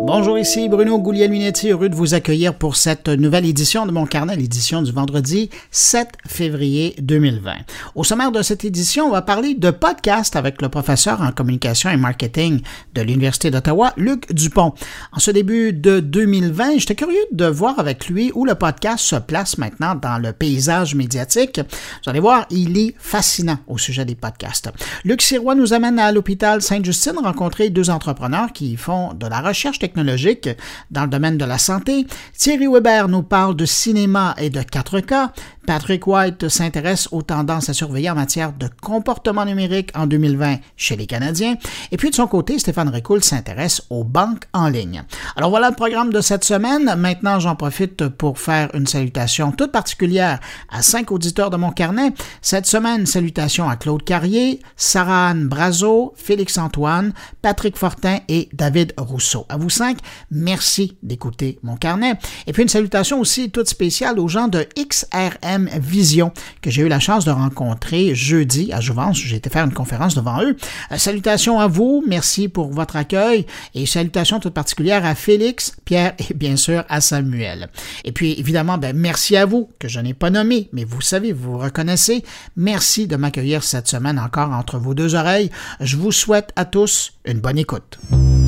Bonjour, ici Bruno Guglielminetti, heureux de vous accueillir pour cette nouvelle édition de Mon Carnet, l'édition du vendredi 7 février 2020. Au sommaire de cette édition, on va parler de podcast avec le professeur en communication et marketing de l'Université d'Ottawa, Luc Dupont. En ce début de 2020, j'étais curieux de voir avec lui où le podcast se place maintenant dans le paysage médiatique. Vous allez voir, il est fascinant au sujet des podcasts. Luc Sirois nous amène à l'hôpital Sainte-Justine rencontrer deux entrepreneurs qui font de la recherche technologique dans le domaine de la santé. Thierry Weber nous parle de cinéma et de 4K. Patrick White s'intéresse aux tendances à surveiller en matière de comportement numérique en 2020 chez les Canadiens. Et puis de son côté, Stéphane Ricoul s'intéresse aux banques en ligne. Alors voilà le programme de cette semaine. Maintenant, j'en profite pour faire une salutation toute particulière à 5 auditeurs de Mon Carnet. Cette semaine, salutations à Claude Carrier, Sarah-Anne Brazo, Félix-Antoine, Patrick Fortin et David Rousseau. À vous 5, merci d'écouter Mon Carnet. Et puis une salutation aussi toute spéciale aux gens de XRM Vision que j'ai eu la chance de rencontrer jeudi à Jouvence. J'ai été faire une conférence devant eux. Salutations à vous, merci pour votre accueil et salutations toutes particulières à Félix, Pierre et bien sûr à Samuel. Et puis évidemment, merci à vous que je n'ai pas nommé, mais vous savez, vous vous reconnaissez. Merci de m'accueillir cette semaine encore entre vos deux oreilles. Je vous souhaite à tous une bonne écoute.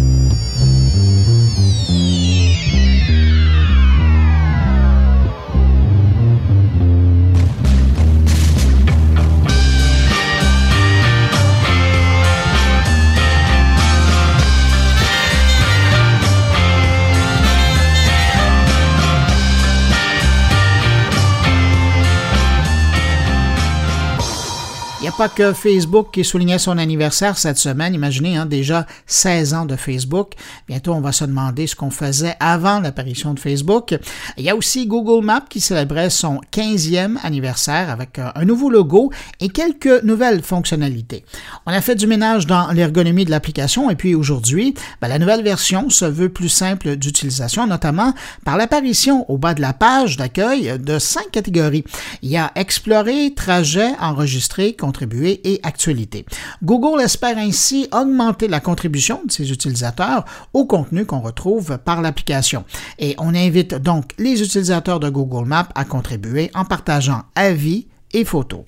Il n'y a pas que Facebook qui soulignait son anniversaire cette semaine. Imaginez, déjà 16 ans de Facebook. Bientôt, on va se demander ce qu'on faisait avant l'apparition de Facebook. Il y a aussi Google Maps qui célébrait son 15e anniversaire avec un nouveau logo et quelques nouvelles fonctionnalités. On a fait du ménage dans l'ergonomie de l'application et puis aujourd'hui, la nouvelle version se veut plus simple d'utilisation, notamment par l'apparition au bas de la page d'accueil de 5 catégories. Il y a Explorer, Trajet, Enregistrer, Contribuer et Actualité. Google espère ainsi augmenter la contribution de ses utilisateurs au contenu qu'on retrouve par l'application. Et on invite donc les utilisateurs de Google Maps à contribuer en partageant avis et photos.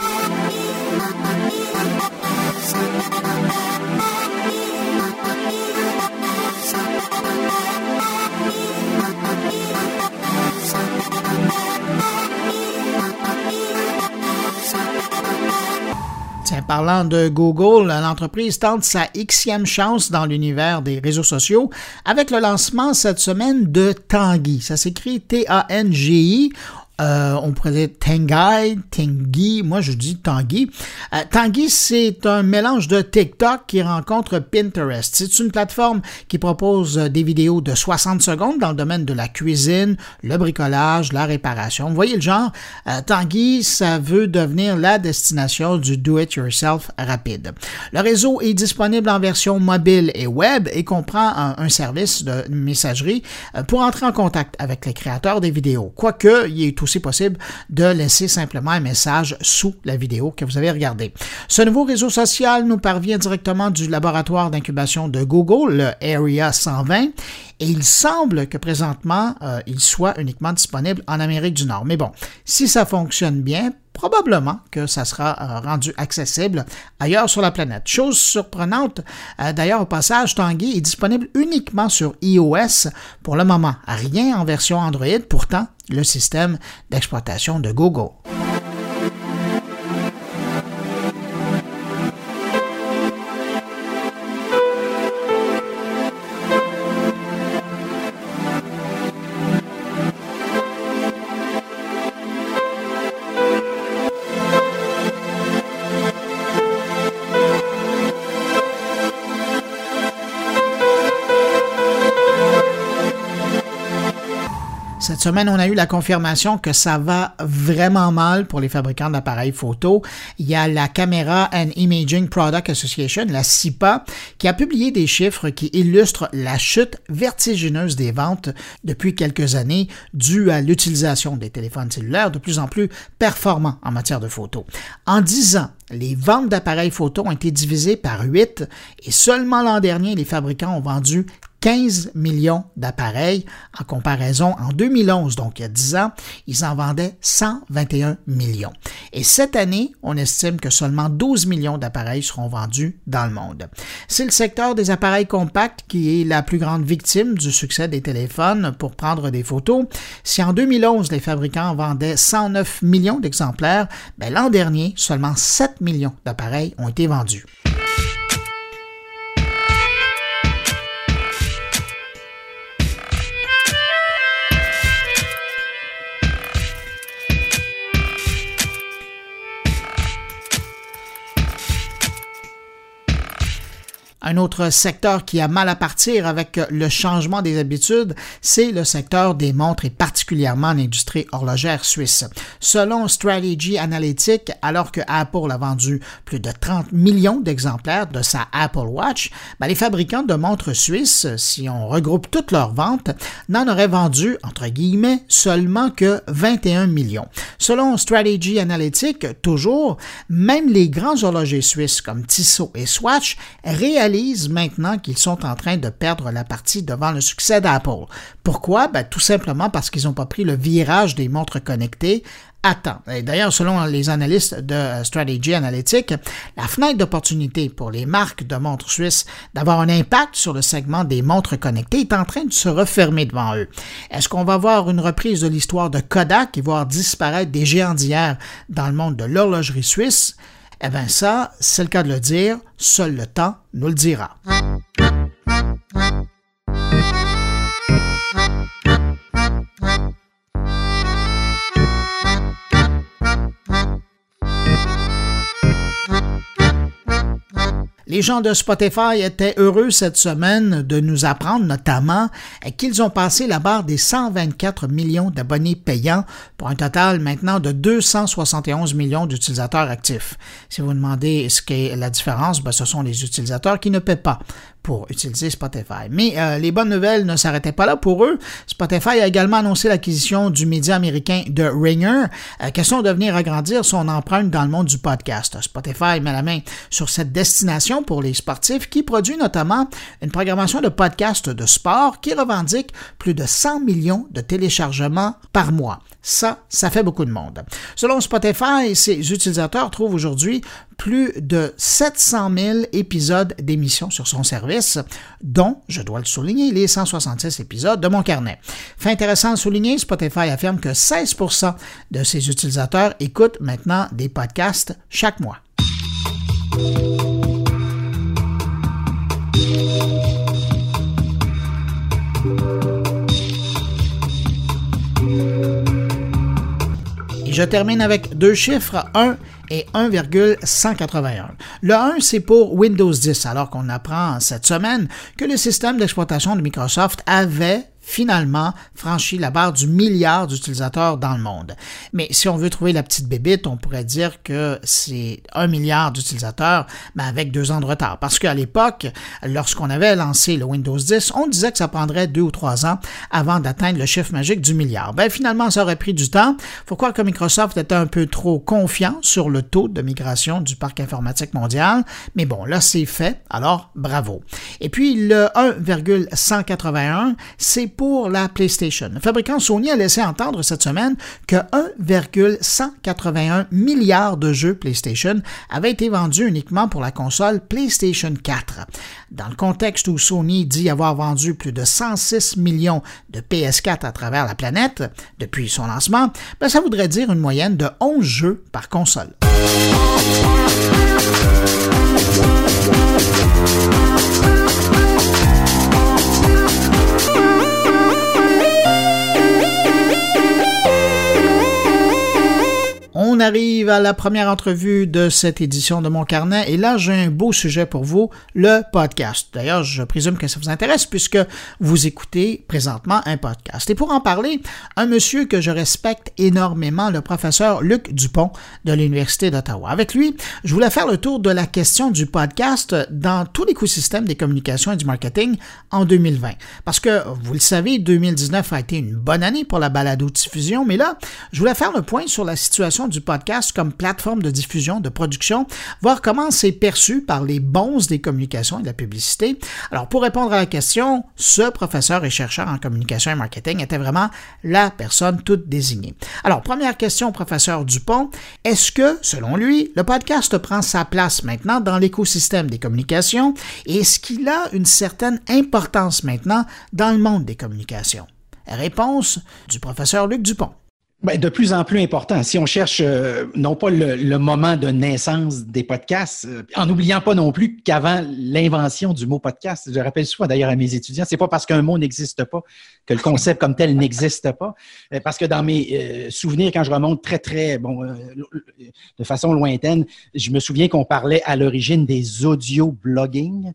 Parlant de Google, l'entreprise tente sa Xème chance dans l'univers des réseaux sociaux avec le lancement cette semaine de Tangi. Ça s'écrit T-A-N-G-I. On pourrait dire Tangi, moi je dis Tangi. Tangi, c'est un mélange de TikTok qui rencontre Pinterest. C'est une plateforme qui propose des vidéos de 60 secondes dans le domaine de la cuisine, le bricolage, la réparation. Vous voyez le genre? Tangi, ça veut devenir la destination du do-it-yourself rapide. Le réseau est disponible en version mobile et web et comprend un service de messagerie pour entrer en contact avec les créateurs des vidéos. Quoique, il est aussi possible de laisser simplement un message sous la vidéo que vous avez regardée. Ce nouveau réseau social nous parvient directement du laboratoire d'incubation de Google, le Area 120, et il semble que présentement, il soit uniquement disponible en Amérique du Nord. Mais bon, si ça fonctionne bien, probablement que ça sera rendu accessible ailleurs sur la planète. Chose surprenante, d'ailleurs au passage, Tangi est disponible uniquement sur iOS pour le moment. Rien en version Android, pourtant le système d'exploitation de Google. Cette semaine, on a eu la confirmation que ça va vraiment mal pour les fabricants d'appareils photo. Il y a la Camera and Imaging Product Association, la CIPA, qui a publié des chiffres qui illustrent la chute vertigineuse des ventes depuis quelques années due à l'utilisation des téléphones cellulaires de plus en plus performants en matière de photo. En 10 ans, les ventes d'appareils photo ont été divisées par 8 et seulement l'an dernier, les fabricants ont vendu 15 millions d'appareils. En comparaison, en 2011, donc il y a 10 ans, ils en vendaient 121 millions. Et cette année, on estime que seulement 12 millions d'appareils seront vendus dans le monde. C'est le secteur des appareils compacts qui est la plus grande victime du succès des téléphones pour prendre des photos. Si en 2011, les fabricants vendaient 109 millions d'exemplaires, l'an dernier, seulement 7 millions d'appareils ont été vendus. Un autre secteur qui a mal à partir avec le changement des habitudes, c'est le secteur des montres et particulièrement l'industrie horlogère suisse. Selon Strategy Analytics, alors que Apple a vendu plus de 30 millions d'exemplaires de sa Apple Watch, les fabricants de montres suisses, si on regroupe toutes leurs ventes, n'en auraient vendu, entre guillemets, seulement que 21 millions. Selon Strategy Analytics, toujours, même les grands horlogers suisses comme Tissot et Swatch réalisent maintenant qu'ils sont en train de perdre la partie devant le succès d'Apple. Pourquoi? Tout simplement parce qu'ils n'ont pas pris le virage des montres connectées à temps. Et d'ailleurs, selon les analystes de Strategy Analytics, la fenêtre d'opportunité pour les marques de montres suisses d'avoir un impact sur le segment des montres connectées est en train de se refermer devant eux. Est-ce qu'on va voir une reprise de l'histoire de Kodak et voir disparaître des géants d'hier dans le monde de l'horlogerie suisse? Ça, c'est le cas de le dire, seul le temps nous le dira. Les gens de Spotify étaient heureux cette semaine de nous apprendre notamment qu'ils ont passé la barre des 124 millions d'abonnés payants pour un total maintenant de 271 millions d'utilisateurs actifs. Si vous demandez ce qu'est la différence, ce sont les utilisateurs qui ne paient pas pour utiliser Spotify. Mais les bonnes nouvelles ne s'arrêtaient pas là pour eux. Spotify a également annoncé l'acquisition du média américain de Ringer, question de venir agrandir son empreinte dans le monde du podcast. Spotify met la main sur cette destination pour les sportifs qui produit notamment une programmation de podcasts de sport qui revendique plus de 100 millions de téléchargements par mois. Ça fait beaucoup de monde. Selon Spotify, ses utilisateurs trouvent aujourd'hui plus de 700 000 épisodes d'émissions sur son service, dont, je dois le souligner, les 166 épisodes de Mon Carnet. Fait intéressant de souligner, Spotify affirme que 16% de ses utilisateurs écoutent maintenant des podcasts chaque mois. Et je termine avec deux chiffres, 1 et 1,181. Le 1, c'est pour Windows 10, alors qu'on apprend cette semaine que le système d'exploitation de Microsoft avait finalement franchi la barre du milliard d'utilisateurs dans le monde. Mais si on veut trouver la petite bébite, on pourrait dire que c'est 1 milliard d'utilisateurs, mais avec 2 ans de retard. Parce qu'à l'époque, lorsqu'on avait lancé le Windows 10, on disait que ça prendrait 2 ou 3 ans avant d'atteindre le chiffre magique du milliard. Finalement, ça aurait pris du temps. Faut croire que Microsoft était un peu trop confiant sur le taux de migration du parc informatique mondial. Mais bon, là, c'est fait. Alors, bravo. Et puis, le 1,181, c'est pour la PlayStation. Le fabricant Sony a laissé entendre cette semaine que 1,181 milliard de jeux PlayStation avaient été vendus uniquement pour la console PlayStation 4. Dans le contexte où Sony dit avoir vendu plus de 106 millions de PS4 à travers la planète depuis son lancement, ça voudrait dire une moyenne de 11 jeux par console. On arrive à la première entrevue de cette édition de Mon Carnet et là, j'ai un beau sujet pour vous, le podcast. D'ailleurs, je présume que ça vous intéresse puisque vous écoutez présentement un podcast. Et pour en parler, un monsieur que je respecte énormément, le professeur Luc Dupont de l'Université d'Ottawa. Avec lui, je voulais faire le tour de la question du podcast dans tout l'écosystème des communications et du marketing en 2020. Parce que, vous le savez, 2019 a été une bonne année pour la balado-diffusion, mais là, je voulais faire le point sur la situation du podcast comme plateforme de diffusion, de production, voir comment c'est perçu par les bons des communications et de la publicité. Alors, pour répondre à la question, ce professeur et chercheur en communication et marketing était vraiment la personne toute désignée. Alors, première question, professeur Dupont, est-ce que, selon lui, le podcast prend sa place maintenant dans l'écosystème des communications et est-ce qu'il a une certaine importance maintenant dans le monde des communications? Réponse du professeur Luc Dupont. Bien, de plus en plus important. Si on cherche non pas le moment de naissance des podcasts, en n'oubliant pas non plus qu'avant l'invention du mot podcast, je rappelle souvent d'ailleurs à mes étudiants, c'est pas parce qu'un mot n'existe pas que le concept comme tel n'existe pas. Parce que dans mes souvenirs, quand je remonte de façon lointaine, je me souviens qu'on parlait à l'origine des audio-blogging.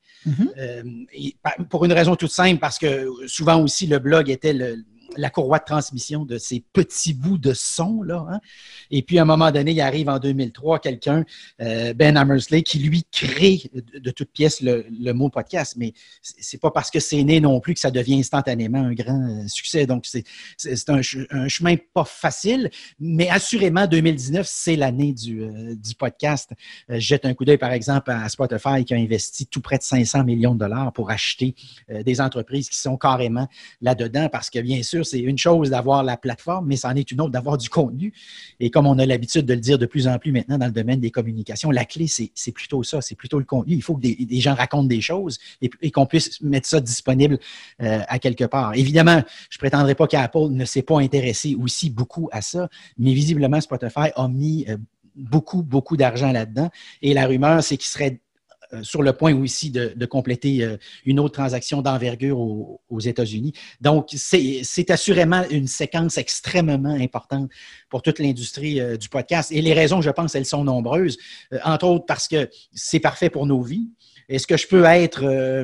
Et pour une raison toute simple, parce que souvent aussi le blog était la courroie de transmission de ces petits bouts de son, là. Hein? Et puis, à un moment donné, il arrive en 2003 quelqu'un, Ben Hammersley, qui lui crée de toute pièce le mot podcast. Mais c'est pas parce que c'est né non plus que ça devient instantanément un grand succès. Donc, c'est un chemin pas facile, mais assurément, 2019, c'est l'année du podcast. Je jette un coup d'œil, par exemple, à Spotify qui a investi tout près de 500 millions de dollars pour acheter des entreprises qui sont carrément là-dedans parce que, bien sûr, c'est une chose d'avoir la plateforme, mais c'en est une autre d'avoir du contenu. Et comme on a l'habitude de le dire de plus en plus maintenant dans le domaine des communications, la clé, c'est plutôt ça, c'est plutôt le contenu. Il faut que des gens racontent des choses et qu'on puisse mettre ça disponible à quelque part. Évidemment, je ne prétendrai pas qu'Apple ne s'est pas intéressé aussi beaucoup à ça, mais visiblement, Spotify a mis beaucoup, beaucoup d'argent là-dedans. Et la rumeur, c'est qu'il serait sur le point aussi de compléter une autre transaction d'envergure aux États-Unis. Donc, c'est assurément une séquence extrêmement importante pour toute l'industrie du podcast. Et les raisons, je pense, elles sont nombreuses. Entre autres parce que c'est parfait pour nos vies. Est-ce que je peux être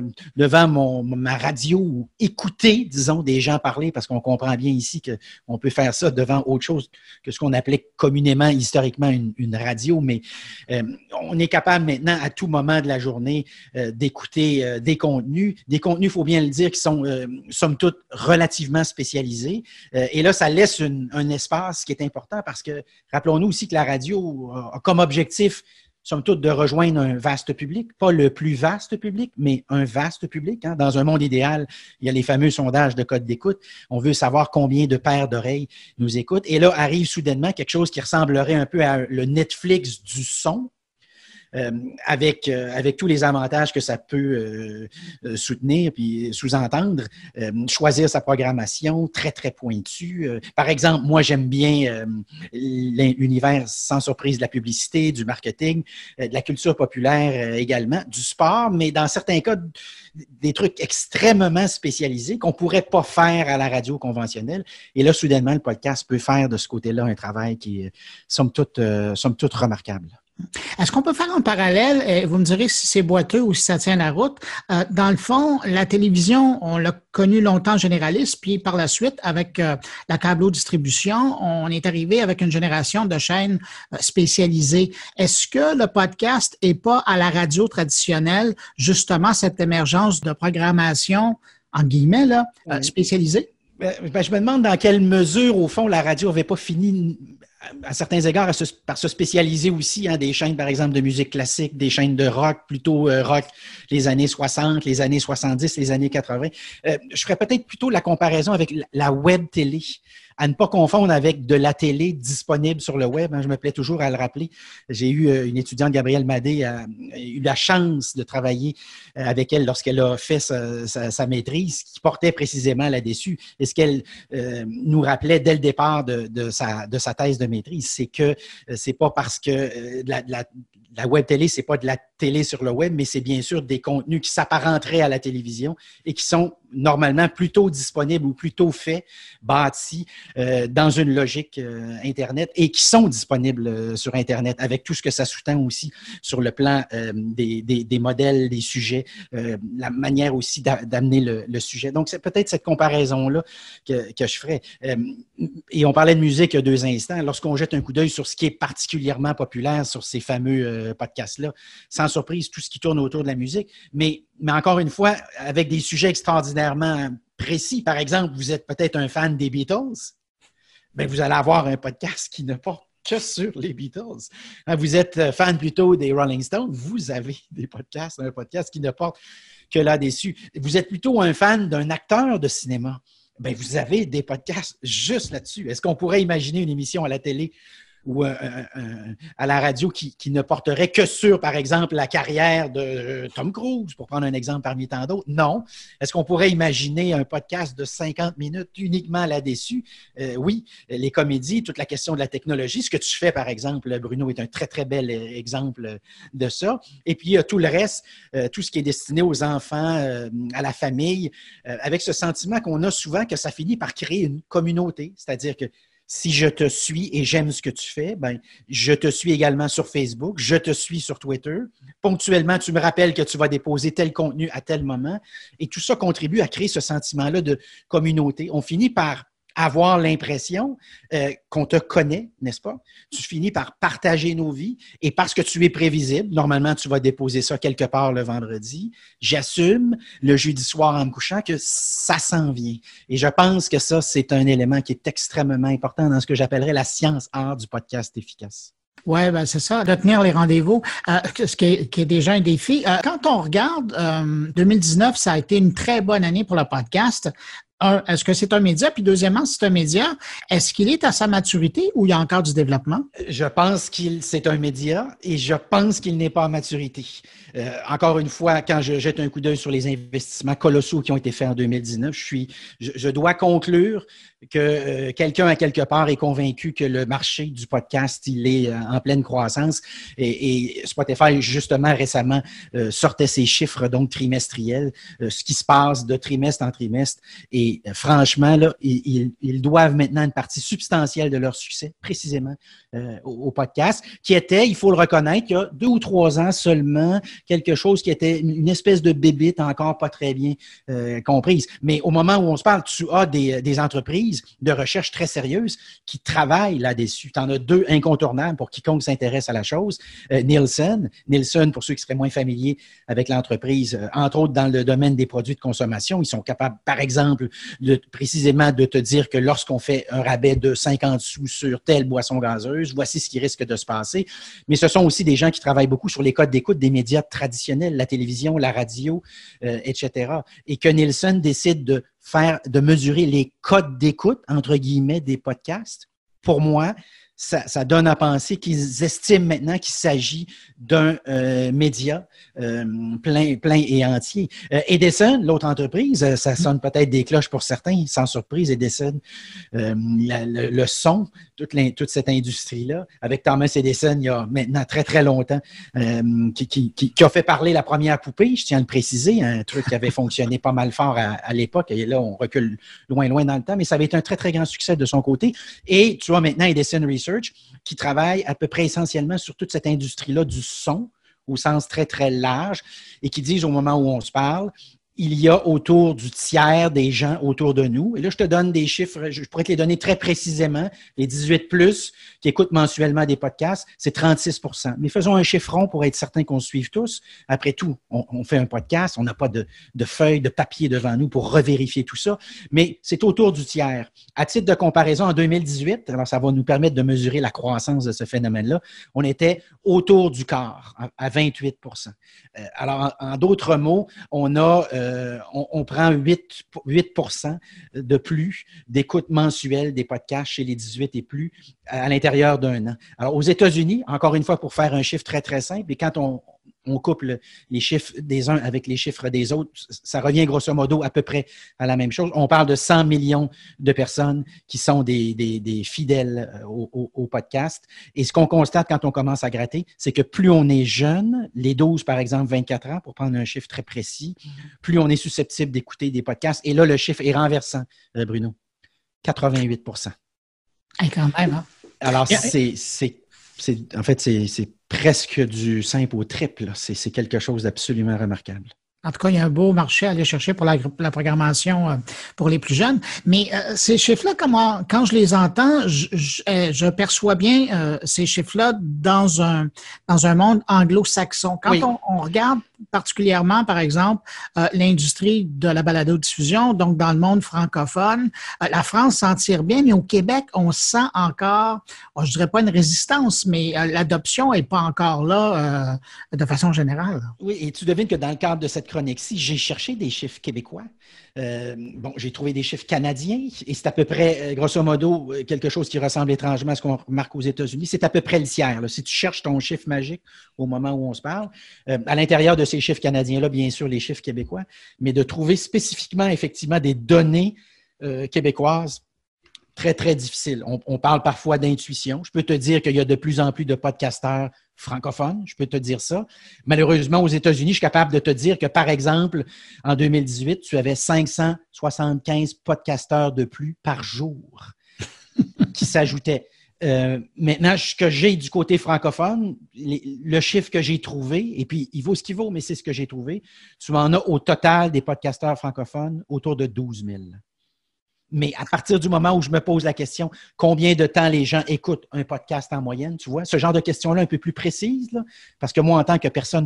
devant ma radio ou écouter, disons, des gens parler, parce qu'on comprend bien ici qu'on peut faire ça devant autre chose que ce qu'on appelait communément, historiquement, une radio, mais on est capable maintenant, à tout moment de la journée, d'écouter des contenus. Des contenus, il faut bien le dire, qui sont, somme toute, relativement spécialisés. Et là, ça laisse un espace qui est important parce que, rappelons-nous aussi que la radio a comme objectif somme toute, de rejoindre un vaste public, pas le plus vaste public, mais un vaste public. Hein. Dans un monde idéal, il y a les fameux sondages de code d'écoute. On veut savoir combien de paires d'oreilles nous écoutent. Et là, arrive soudainement quelque chose qui ressemblerait un peu à le Netflix du son, avec tous les avantages que ça peut soutenir puis sous-entendre, choisir sa programmation très, très pointue. Par exemple, moi, j'aime bien l'univers sans surprise de la publicité, du marketing, de la culture populaire également, du sport, mais dans certains cas, des trucs extrêmement spécialisés qu'on ne pourrait pas faire à la radio conventionnelle. Et là, soudainement, le podcast peut faire de ce côté-là un travail qui est, somme toute remarquable. Est-ce qu'on peut faire un parallèle, et vous me direz si c'est boiteux ou si ça tient la route? Dans le fond, la télévision, on l'a connue longtemps généraliste, puis par la suite, avec la câblo-distribution, on est arrivé avec une génération de chaînes spécialisées. Est-ce que le podcast n'est pas à la radio traditionnelle, justement, cette émergence de programmation, en guillemets, là, spécialisée? Je me demande dans quelle mesure, au fond, la radio n'avait pas fini, à certains égards, par se spécialiser aussi, hein, des chaînes, par exemple, de musique classique, des chaînes de rock, plutôt rock les années 60, les années 70, les années 80. Je ferais peut-être plutôt la comparaison avec la web télé, à ne pas confondre avec de la télé disponible sur le web. Hein, je me plais toujours à le rappeler. J'ai eu une étudiante, Gabrielle Madé, a eu la chance de travailler avec elle lorsqu'elle a fait sa maîtrise, qui portait précisément là-dessus. Et ce qu'elle nous rappelait dès le départ de sa thèse de maîtrise, c'est que c'est pas parce que la web télé, c'est pas de la télé sur le web, mais c'est bien sûr des contenus qui s'apparenteraient à la télévision et qui sont normalement plutôt disponibles ou plutôt faits, bâtis dans une logique Internet et qui sont disponibles sur Internet avec tout ce que ça sous-tend aussi sur le plan des modèles, des sujets, la manière aussi d'amener le sujet. Donc, c'est peut-être cette comparaison-là que je ferais. Et on parlait de musique il y a 2 instants. Lorsqu'on jette un coup d'œil sur ce qui est particulièrement populaire sur ces fameux podcasts-là, sans surprise, tout ce qui tourne autour de la musique, mais encore une fois, avec des sujets extraordinairement précis. Par exemple, vous êtes peut-être un fan des Beatles, bien, vous allez avoir un podcast qui ne porte que sur les Beatles. Vous êtes fan plutôt des Rolling Stones, vous avez des podcasts, un podcast qui ne porte que là-dessus. Vous êtes plutôt un fan d'un acteur de cinéma. Bien, vous avez des podcasts juste là-dessus. Est-ce qu'on pourrait imaginer une émission à la télé ou à la radio qui ne porterait que sur, par exemple, la carrière de Tom Cruise, pour prendre un exemple parmi tant d'autres? Non. Est-ce qu'on pourrait imaginer un podcast de 50 minutes uniquement là-dessus? Oui. Les comédies, toute la question de la technologie, ce que tu fais, par exemple, Bruno, est un très, très bel exemple de ça. Et puis, il y a tout le reste, tout ce qui est destiné aux enfants, à la famille, avec ce sentiment qu'on a souvent que ça finit par créer une communauté, c'est-à-dire que si je te suis et j'aime ce que tu fais, ben, je te suis également sur Facebook, je te suis sur Twitter. Ponctuellement, tu me rappelles que tu vas déposer tel contenu à tel moment. Et tout ça contribue à créer ce sentiment-là de communauté. On finit par avoir l'impression qu'on te connaît, n'est-ce pas? Tu finis par partager nos vies et parce que tu es prévisible, normalement, tu vas déposer ça quelque part le vendredi. J'assume le jeudi soir en me couchant que ça s'en vient. Et je pense que ça, c'est un élément qui est extrêmement important dans ce que j'appellerais la science-art du podcast efficace. Oui, ben c'est ça, de tenir les rendez-vous, ce qui est déjà un défi. Quand on regarde 2019, ça a été une très bonne année pour le podcast. Est-ce que c'est un média? Puis deuxièmement, si c'est un média, est-ce qu'il est à sa maturité ou il y a encore du développement? Je pense c'est un média et je pense qu'il n'est pas à maturité. Encore une fois, quand je jette un coup d'œil sur les investissements colossaux qui ont été faits en 2019, je dois conclure que quelqu'un à quelque part est convaincu que le marché du podcast, il est en pleine croissance. Et Spotify, justement, récemment, sortait ses chiffres donc trimestriels, ce qui se passe de trimestre en trimestre. Et franchement, là, ils doivent maintenant une partie substantielle de leur succès, précisément, au podcast, qui était, il faut le reconnaître, il y a 2 ou 3 ans seulement, quelque chose qui était une espèce de bébite encore pas très bien comprise. Mais au moment où on se parle, tu as des entreprises de recherche très sérieuses qui travaillent là-dessus. Tu en as 2 incontournables pour quiconque s'intéresse à la chose. Nielsen, pour ceux qui seraient moins familiers avec l'entreprise, entre autres dans le domaine des produits de consommation, ils sont capables, par exemple, précisément de te dire que lorsqu'on fait un rabais de 50 sous sur telle boisson gazeuse, voici ce qui risque de se passer. Mais ce sont aussi des gens qui travaillent beaucoup sur les codes d'écoute des médias traditionnels, la télévision, la radio, etc. Et que Nielsen décide de mesurer les codes d'écoute, entre guillemets, des podcasts, pour moi, ça donne à penser qu'ils estiment maintenant qu'il s'agit d'un média plein et entier. Edison, l'autre entreprise, ça sonne peut-être des cloches pour certains, sans surprise, Edison, le son, toute cette industrie-là, avec Thomas Edison, il y a maintenant très, très longtemps, qui a fait parler la première poupée, je tiens à le préciser, un truc qui avait fonctionné pas mal fort à l'époque, et là, on recule loin dans le temps, mais ça avait été un très, très grand succès de son côté. Et tu vois maintenant Edison Research, qui travaille à peu près essentiellement sur toute cette industrie-là du son, au sens très, très large, et qui disent au moment où on se parle, il y a autour du tiers des gens autour de nous. Et là, je te donne des chiffres, je pourrais te les donner très précisément. Les 18+ qui écoutent mensuellement des podcasts, c'est 36%. Mais faisons un chiffron pour être certain qu'on se suive tous. Après tout, on fait un podcast, on n'a pas de feuilles, de papier devant nous pour revérifier tout ça, mais c'est autour du tiers. À titre de comparaison, en 2018, alors ça va nous permettre de mesurer la croissance de ce phénomène-là, on était autour du quart, à 28%. Alors, en d'autres mots, on prend 8% de plus d'écoute mensuelle des podcasts chez les 18 et plus à l'intérieur d'un an. Alors, aux États-Unis, encore une fois, pour faire un chiffre très, très simple, et quand on couple les chiffres des uns avec les chiffres des autres, ça revient grosso modo à peu près à la même chose. On parle de 100 millions de personnes qui sont des fidèles au podcast. Et ce qu'on constate quand on commence à gratter, c'est que plus on est jeune, les 12, par exemple, 24 ans, pour prendre un chiffre très précis, plus on est susceptible d'écouter des podcasts. Et là, le chiffre est renversant, Bruno. 88%. Et quand même, hein? Alors, en fait, c'est presque du simple au triple. C'est quelque chose d'absolument remarquable. En tout cas, il y a un beau marché à aller chercher pour la programmation pour les plus jeunes. Mais ces chiffres-là, quand je les entends, je perçois bien ces chiffres-là dans un monde anglo-saxon. Quand on regarde particulièrement, par exemple, l'industrie de la balado-diffusion, donc dans le monde francophone. La France s'en tire bien, mais au Québec, on sent encore, je dirais pas une résistance, mais l'adoption n'est pas encore là de façon générale. Oui, et tu devines que dans le cadre de cette chronique-ci, j'ai cherché des chiffres québécois. J'ai trouvé des chiffres canadiens et c'est à peu près, grosso modo, quelque chose qui ressemble étrangement à ce qu'on remarque aux États-Unis. C'est à peu près le tiers. Là. Si tu cherches ton chiffre magique au moment où on se parle, à l'intérieur de ces chiffres canadiens-là, bien sûr, les chiffres québécois, mais de trouver spécifiquement, effectivement, des données québécoises, très, très difficile. On parle parfois d'intuition. Je peux te dire qu'il y a de plus en plus de podcasteurs francophones, je peux te dire ça. Malheureusement, aux États-Unis, je suis capable de te dire que, par exemple, en 2018, tu avais 575 podcasteurs de plus par jour qui s'ajoutaient. Maintenant, ce que j'ai du côté francophone, le chiffre que j'ai trouvé, et puis il vaut ce qu'il vaut, mais c'est ce que j'ai trouvé, tu en as au total des podcasteurs francophones autour de 12 000. Mais à partir du moment où je me pose la question, combien de temps les gens écoutent un podcast en moyenne, tu vois, ce genre de question-là un peu plus précise, là, parce que moi, en tant que personne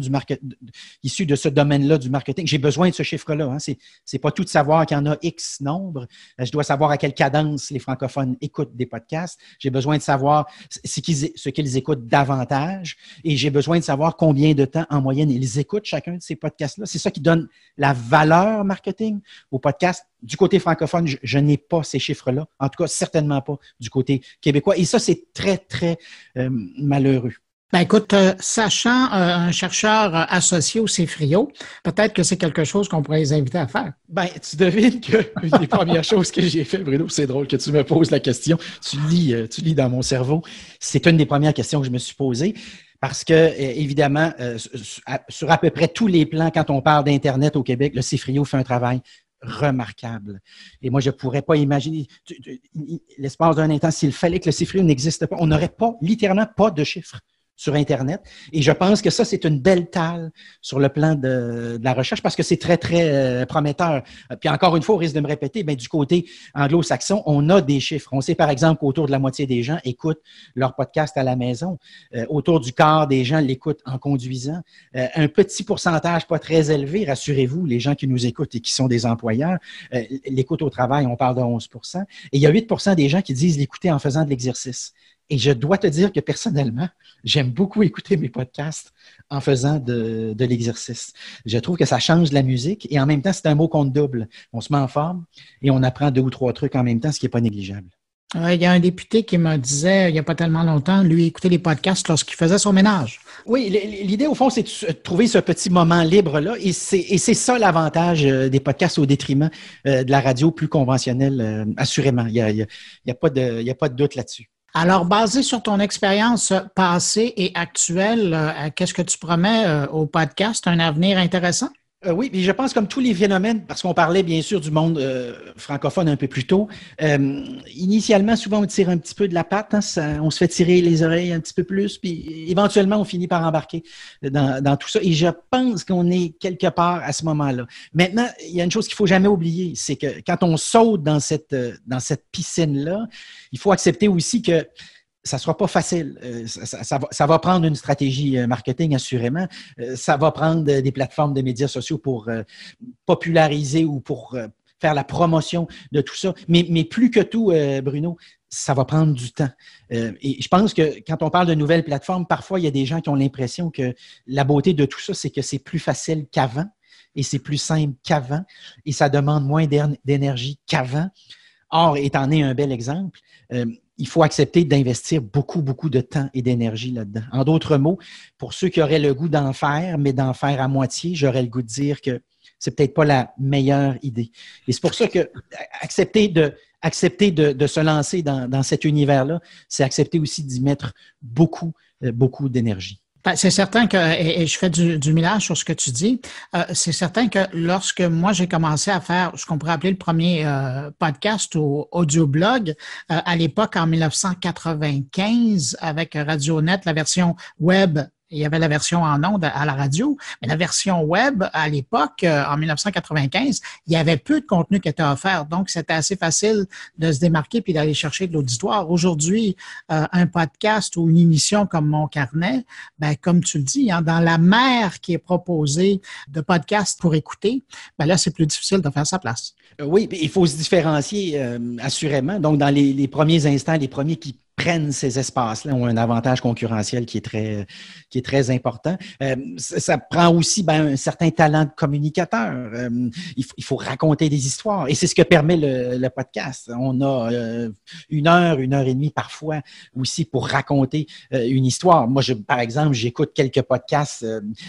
issue de ce domaine-là du marketing, j'ai besoin de ce chiffre-là. Hein. C'est pas tout de savoir qu'il y en a X nombre. Je dois savoir à quelle cadence les francophones écoutent des podcasts. J'ai besoin de savoir ce qu'ils écoutent davantage et j'ai besoin de savoir combien de temps en moyenne ils écoutent chacun de ces podcasts-là. C'est ça qui donne la valeur marketing au podcast. Du côté francophone, je n'ai pas ces chiffres-là. En tout cas, certainement pas du côté québécois. Et ça, c'est très, très malheureux. Ben écoute, sachant un chercheur associé au CFRIO, peut-être que c'est quelque chose qu'on pourrait les inviter à faire. Ben, tu devines qu'une des premières choses que j'ai fait, Bruno, c'est drôle que tu me poses la question. Tu lis dans mon cerveau. C'est une des premières questions que je me suis posée. Parce que, évidemment, sur à peu près tous les plans, quand on parle d'Internet au Québec, le CFRIO fait un travail remarquable. Et moi, je ne pourrais pas imaginer, l'espace d'un instant, s'il fallait que le CFRIO n'existe pas, on n'aurait littéralement pas de chiffres sur Internet. Et je pense que ça, c'est une belle talle sur le plan de la recherche parce que c'est très, très prometteur. Puis encore une fois, au risque de me répéter, bien, du côté anglo-saxon, on a des chiffres. On sait par exemple qu'autour de la moitié des gens écoutent leur podcast à la maison. Autour du quart des gens l'écoutent en conduisant. Un petit pourcentage pas très élevé, rassurez-vous, les gens qui nous écoutent et qui sont des employeurs, l'écoute au travail, on parle de 11 %. Et il y a 8 % des gens qui disent l'écouter en faisant de l'exercice. Et je dois te dire que personnellement, j'aime beaucoup écouter mes podcasts en faisant de l'exercice. Je trouve que ça change la musique et en même temps, c'est un mot compte double. On se met en forme et on apprend 2 ou 3 trucs en même temps, ce qui n'est pas négligeable. Il y a un député qui me disait, il n'y a pas tellement longtemps, lui, écouter les podcasts lorsqu'il faisait son ménage. Oui, l'idée, au fond, c'est de trouver ce petit moment libre-là. Et c'est ça l'avantage des podcasts au détriment de la radio plus conventionnelle, assurément. Il y a pas de doute là-dessus. Alors, basé sur ton expérience passée et actuelle, qu'est-ce que tu promets au podcast? Un avenir intéressant? Oui, mais je pense comme tous les phénomènes, parce qu'on parlait bien sûr du monde francophone un peu plus tôt, initialement, souvent on tire un petit peu de la patte, hein, on se fait tirer les oreilles un petit peu plus, puis éventuellement on finit par embarquer dans tout ça. Et je pense qu'on est quelque part à ce moment-là. Maintenant, il y a une chose qu'il ne faut jamais oublier, c'est que quand on saute dans cette piscine-là, il faut accepter aussi que ça ne sera pas facile. Ça va prendre une stratégie marketing, assurément. Ça va prendre des plateformes de médias sociaux pour populariser ou pour faire la promotion de tout ça. Mais plus que tout, Bruno, ça va prendre du temps. Et je pense que quand on parle de nouvelles plateformes, parfois, il y a des gens qui ont l'impression que la beauté de tout ça, c'est que c'est plus facile qu'avant et c'est plus simple qu'avant et ça demande moins d'énergie qu'avant. Or, étant né un bel exemple, il faut accepter d'investir beaucoup, beaucoup de temps et d'énergie là-dedans. En d'autres mots, pour ceux qui auraient le goût d'en faire, mais d'en faire à moitié, j'aurais le goût de dire que c'est peut-être pas la meilleure idée. Et c'est pour ça que accepter de se lancer dans cet univers-là, c'est accepter aussi d'y mettre beaucoup, beaucoup d'énergie. C'est certain que, et je fais du millage sur ce que tu dis, c'est certain que lorsque moi j'ai commencé à faire ce qu'on pourrait appeler le premier podcast ou audioblog, à l'époque en 1995 avec RadioNet, la version web Il y avait la version en ondes à la radio, mais la version web, à l'époque, en 1995, il y avait peu de contenu qui était offert. Donc, c'était assez facile de se démarquer puis d'aller chercher de l'auditoire. Aujourd'hui, un podcast ou une émission comme Mon Carnet, ben, comme tu le dis, hein, dans la mer qui est proposée de podcasts pour écouter, ben là, c'est plus difficile de faire sa place. Oui, il faut se différencier assurément. Donc, dans les premiers instants, les premiers qui prennent ces espaces-là ont un avantage concurrentiel qui est très important. Ça prend aussi un certain talent de communicateur. Il faut raconter des histoires et c'est ce que permet le podcast. On a 1 heure et demie parfois aussi pour raconter une histoire. Moi, par exemple, j'écoute quelques podcasts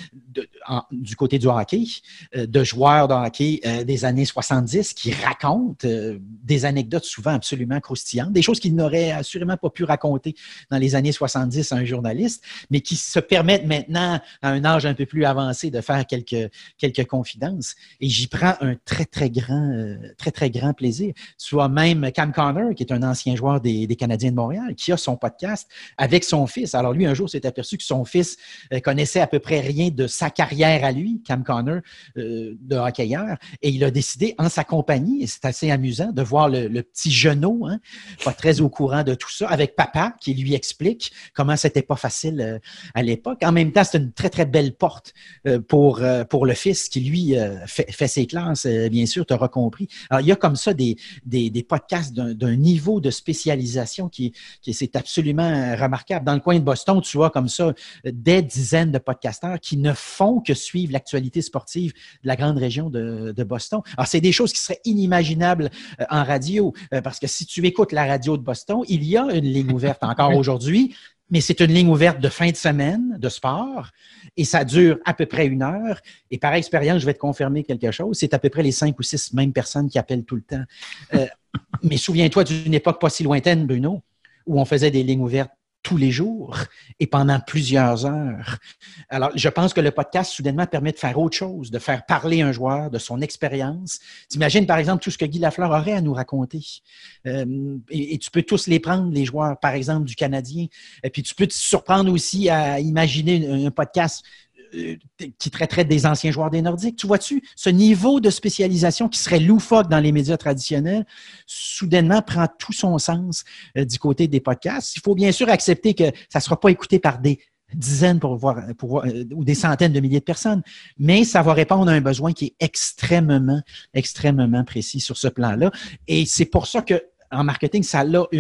du côté du hockey, de joueurs de hockey des années 70 qui racontent des anecdotes souvent absolument croustillantes, des choses qu'ils n'auraient assurément pas pu raconter dans les années 70 à un journaliste, mais qui se permettent maintenant, à un âge un peu plus avancé, de faire quelques confidences. Et j'y prends un très, très grand plaisir. Soit même Cam Connor, qui est un ancien joueur des Canadiens de Montréal, qui a son podcast avec son fils. Alors lui, un jour, s'est aperçu que son fils connaissait à peu près rien de sa carrière à lui, Cam Connor, de hockeyeur, et il a décidé, en sa compagnie, et c'est assez amusant de voir le petit genou, hein, pas très au courant de tout ça, avec papa qui lui explique comment c'était pas facile à l'époque. En même temps, c'est une très, très belle porte pour le fils qui, lui, fait ses classes, bien sûr, tu auras compris. Alors, il y a comme ça des podcasts d'un niveau de spécialisation qui c'est absolument remarquable. Dans le coin de Boston, tu vois comme ça des dizaines de podcasteurs qui ne font que suivre l'actualité sportive de la grande région de Boston. Alors, c'est des choses qui seraient inimaginables en radio, parce que si tu écoutes la radio de Boston, il y a une ligne ouverte encore aujourd'hui, mais c'est une ligne ouverte de fin de semaine, de sport, et ça dure à peu près 1 heure. Et par expérience, je vais te confirmer quelque chose, c'est à peu près les 5 ou 6 mêmes personnes qui appellent tout le temps. Mais souviens-toi d'une époque pas si lointaine, Bruno, où on faisait des lignes ouvertes tous les jours et pendant plusieurs heures. Alors, je pense que le podcast, soudainement, permet de faire autre chose, de faire parler un joueur de son expérience. T'imagines, par exemple, tout ce que Guy Lafleur aurait à nous raconter. Et tu peux tous les prendre, les joueurs, par exemple, du Canadien. Et puis, tu peux te surprendre aussi à imaginer un podcast qui traiterait des anciens joueurs des Nordiques. Tu vois-tu, ce niveau de spécialisation qui serait loufoque dans les médias traditionnels, soudainement prend tout son sens du côté des podcasts. Il faut bien sûr accepter que ça ne sera pas écouté par des dizaines ou des centaines de milliers de personnes, mais ça va répondre à un besoin qui est extrêmement, extrêmement précis sur ce plan-là. Et c'est pour ça que en marketing, ça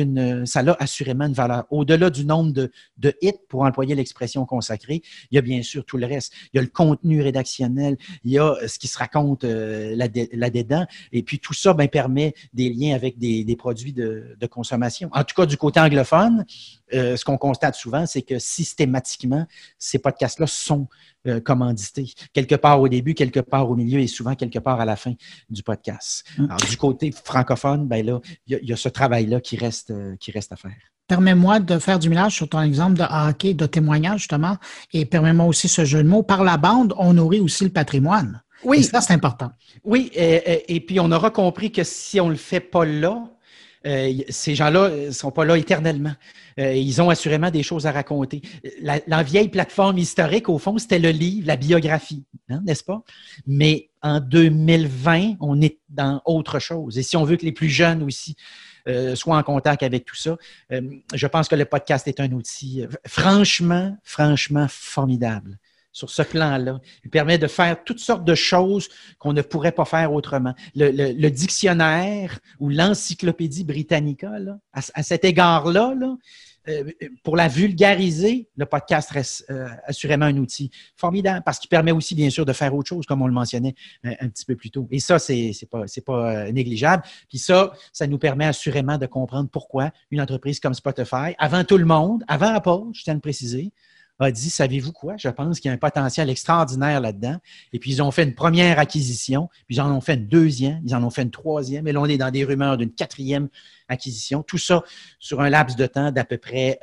a assurément une valeur. Au-delà du nombre de hits, pour employer l'expression consacrée, il y a bien sûr tout le reste. Il y a le contenu rédactionnel, il y a ce qui se raconte là-dedans, et puis tout ça permet des liens avec des produits de consommation. En tout cas, du côté anglophone, ce qu'on constate souvent, c'est que systématiquement, ces podcasts-là sont commandités. Quelque part au début, quelque part au milieu et souvent quelque part à la fin du podcast. Alors, du côté francophone, là, il y a ce travail-là qui reste à faire. Permets-moi de faire du mélange sur ton exemple de hockey, de témoignage, justement, et permets-moi aussi ce jeu de mots. Par la bande, on nourrit aussi le patrimoine. Oui. Et ça, c'est important. Oui, et puis on aura compris que si on ne le fait pas là, ces gens-là ne sont pas là éternellement. Ils ont assurément des choses à raconter. La vieille plateforme historique, au fond, c'était le livre, la biographie, hein, n'est-ce pas? Mais en 2020, on est dans autre chose. Et si on veut que les plus jeunes aussi soient en contact avec tout ça, je pense que le podcast est un outil franchement formidable. Sur ce plan-là. Il permet de faire toutes sortes de choses qu'on ne pourrait pas faire autrement. Le dictionnaire ou l'encyclopédie Britannica, là, à cet égard-là, pour la vulgariser, le podcast reste assurément un outil formidable parce qu'il permet aussi, bien sûr, de faire autre chose, comme on le mentionnait un petit peu plus tôt. Et ça, c'est pas négligeable. Puis ça nous permet assurément de comprendre pourquoi une entreprise comme Spotify, avant tout le monde, avant Apple, je tiens à le préciser, a dit, savez-vous quoi? Je pense qu'il y a un potentiel extraordinaire là-dedans. Et puis, ils ont fait une première acquisition, puis ils en ont fait une deuxième, ils en ont fait une troisième, et là, on est dans des rumeurs d'une 4e acquisition. Tout ça sur un laps de temps d'à peu près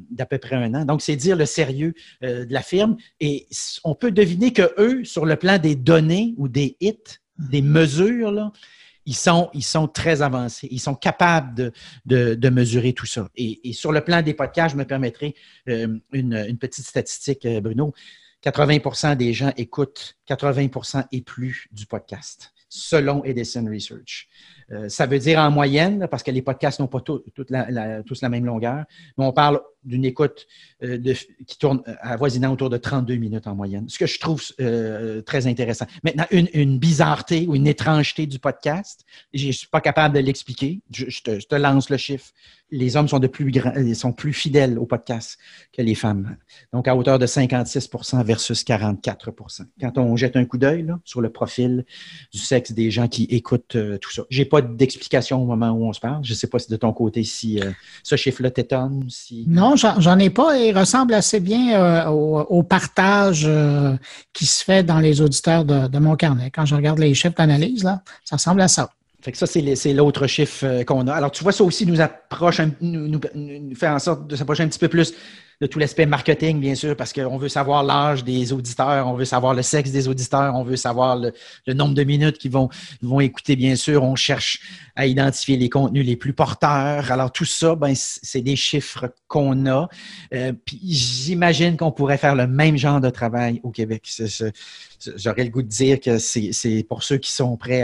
1 an. Donc, c'est dire le sérieux de la firme. Et on peut deviner que eux, sur le plan des données ou des hits, des mesures, là, ils sont très avancés. Ils sont capables de mesurer tout ça. Et sur le plan des podcasts, je me permettrai une petite statistique, Bruno. 80% des gens écoutent 80% et plus du podcast, selon Edison Research. Ça veut dire en moyenne, parce que les podcasts n'ont pas tous la même longueur, mais on parle d'une écoute qui tourne avoisinant autour de 32 minutes en moyenne, ce que je trouve très intéressant. Maintenant, une bizarreté ou une étrangeté du podcast, je ne suis pas capable de l'expliquer. Je te lance le chiffre. Les hommes sont plus fidèles au podcast que les femmes. Donc, à hauteur de 56% versus 44%. Quand on jette un coup d'œil là, sur le profil du sexe des gens qui écoutent tout ça. J'ai pas d'explication au moment où on se parle. Je ne sais pas si de ton côté, si ce chiffre-là t'étonne. Si... Non, j'en ai pas. Il ressemble assez bien au partage qui se fait dans les auditeurs de mon carnet. Quand je regarde les chiffres d'analyse, là, ça ressemble à ça. Fait que ça, c'est l'autre chiffre qu'on a. Alors, tu vois, ça aussi nous approche, nous fait en sorte de s'approcher un petit peu plus de tout l'aspect marketing, bien sûr, parce qu'on veut savoir l'âge des auditeurs, on veut savoir le sexe des auditeurs, on veut savoir le nombre de minutes qu'ils vont écouter, bien sûr. On cherche à identifier les contenus les plus porteurs. Alors, tout ça, ben, c'est des chiffres qu'on a. Puis, j'imagine qu'on pourrait faire le même genre de travail au Québec. J'aurais le goût de dire que c'est pour ceux qui sont prêts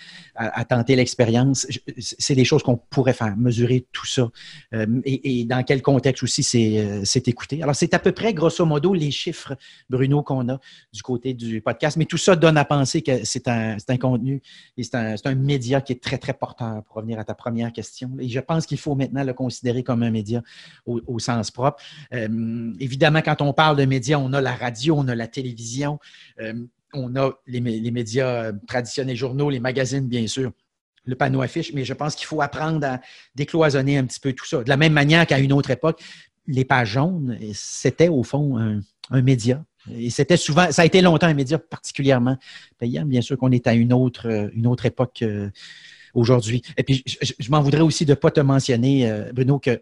à tenter l'expérience. C'est des choses qu'on pourrait faire, mesurer tout ça. Et dans quel contexte aussi c'est écouté. Alors, c'est à peu près, grosso modo, les chiffres, Bruno, qu'on a du côté du podcast. Mais tout ça donne à penser que c'est un contenu et c'est un média qui est très, très porteur, pour revenir à ta première question. Et je pense qu'il faut maintenant le considérer comme un média au sens propre. Évidemment, quand on parle de médias, on a la radio, on a la télévision, on a les médias traditionnels, journaux, les magazines, bien sûr, le panneau affiche, mais je pense qu'il faut apprendre à décloisonner un petit peu tout ça. De la même manière qu'à une autre époque, les pages jaunes, c'était au fond un média. Et c'était souvent, ça a été longtemps un média particulièrement payant. Bien sûr qu'on est à une autre époque aujourd'hui. Et puis, je m'en voudrais aussi de ne pas te mentionner, Bruno, que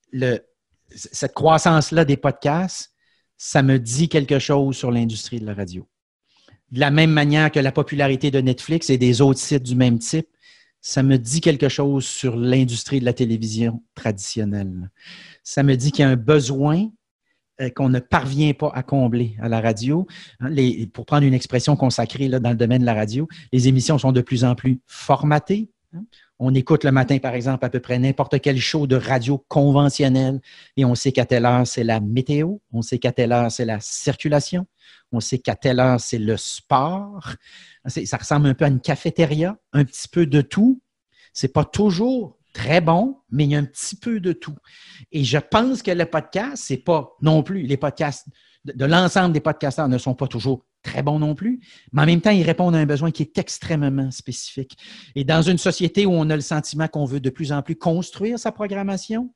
cette croissance-là des podcasts, ça me dit quelque chose sur l'industrie de la radio. De la même manière que la popularité de Netflix et des autres sites du même type, ça me dit quelque chose sur l'industrie de la télévision traditionnelle. Ça me dit qu'il y a un besoin qu'on ne parvient pas à combler à la radio. Pour prendre une expression consacrée là, dans le domaine de la radio, les émissions sont de plus en plus formatées. On écoute le matin, par exemple, à peu près n'importe quel show de radio conventionnel et on sait qu'à telle heure, c'est la météo, on sait qu'à telle heure, c'est la circulation, on sait qu'à telle heure, c'est le sport. Ça ressemble un peu à une cafétéria, un petit peu de tout. C'est pas toujours très bon, mais il y a un petit peu de tout. Et je pense que le podcast, c'est pas non plus, les podcasts de l'ensemble des podcasteurs ne sont pas toujours très bons non plus, mais en même temps, ils répondent à un besoin qui est extrêmement spécifique. Et dans une société où on a le sentiment qu'on veut de plus en plus construire sa programmation,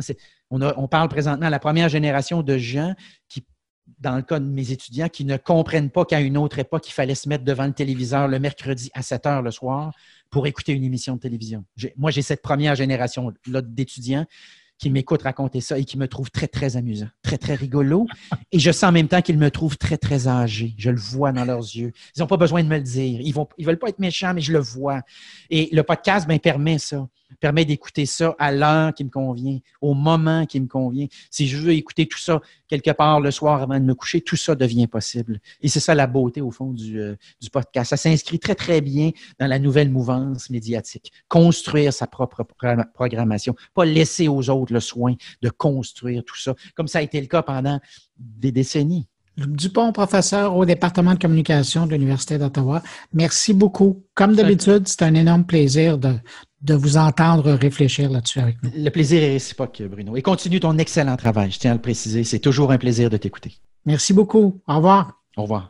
on parle présentement à la première génération de gens qui, dans le cas de mes étudiants, qui ne comprennent pas qu'à une autre époque, il fallait se mettre devant le téléviseur le mercredi à 7 heures le soir pour écouter une émission de télévision. Moi, j'ai cette première génération-là d'étudiants qui m'écoutent raconter ça et qui me trouvent très, très amusant, très, très rigolo. Et je sens en même temps qu'ils me trouvent très, très âgé. Je le vois dans leurs yeux. Ils n'ont pas besoin de me le dire. Ils veulent pas être méchants, mais je le vois. Et le podcast permet ça. Permet d'écouter ça à l'heure qui me convient, au moment qui me convient. Si je veux écouter tout ça quelque part le soir avant de me coucher, tout ça devient possible. Et c'est ça la beauté, au fond, du podcast. Ça s'inscrit très, très bien dans la nouvelle mouvance médiatique. Construire sa propre programmation, pas laisser aux autres le soin de construire tout ça, comme ça a été le cas pendant des décennies. Luc Dupont, professeur au département de communication de l'Université d'Ottawa. Merci beaucoup. Comme d'habitude, c'est un énorme plaisir de vous entendre réfléchir là-dessus avec nous. Le plaisir est réciproque, Bruno. Et continue ton excellent travail, je tiens à le préciser. C'est toujours un plaisir de t'écouter. Merci beaucoup. Au revoir. Au revoir.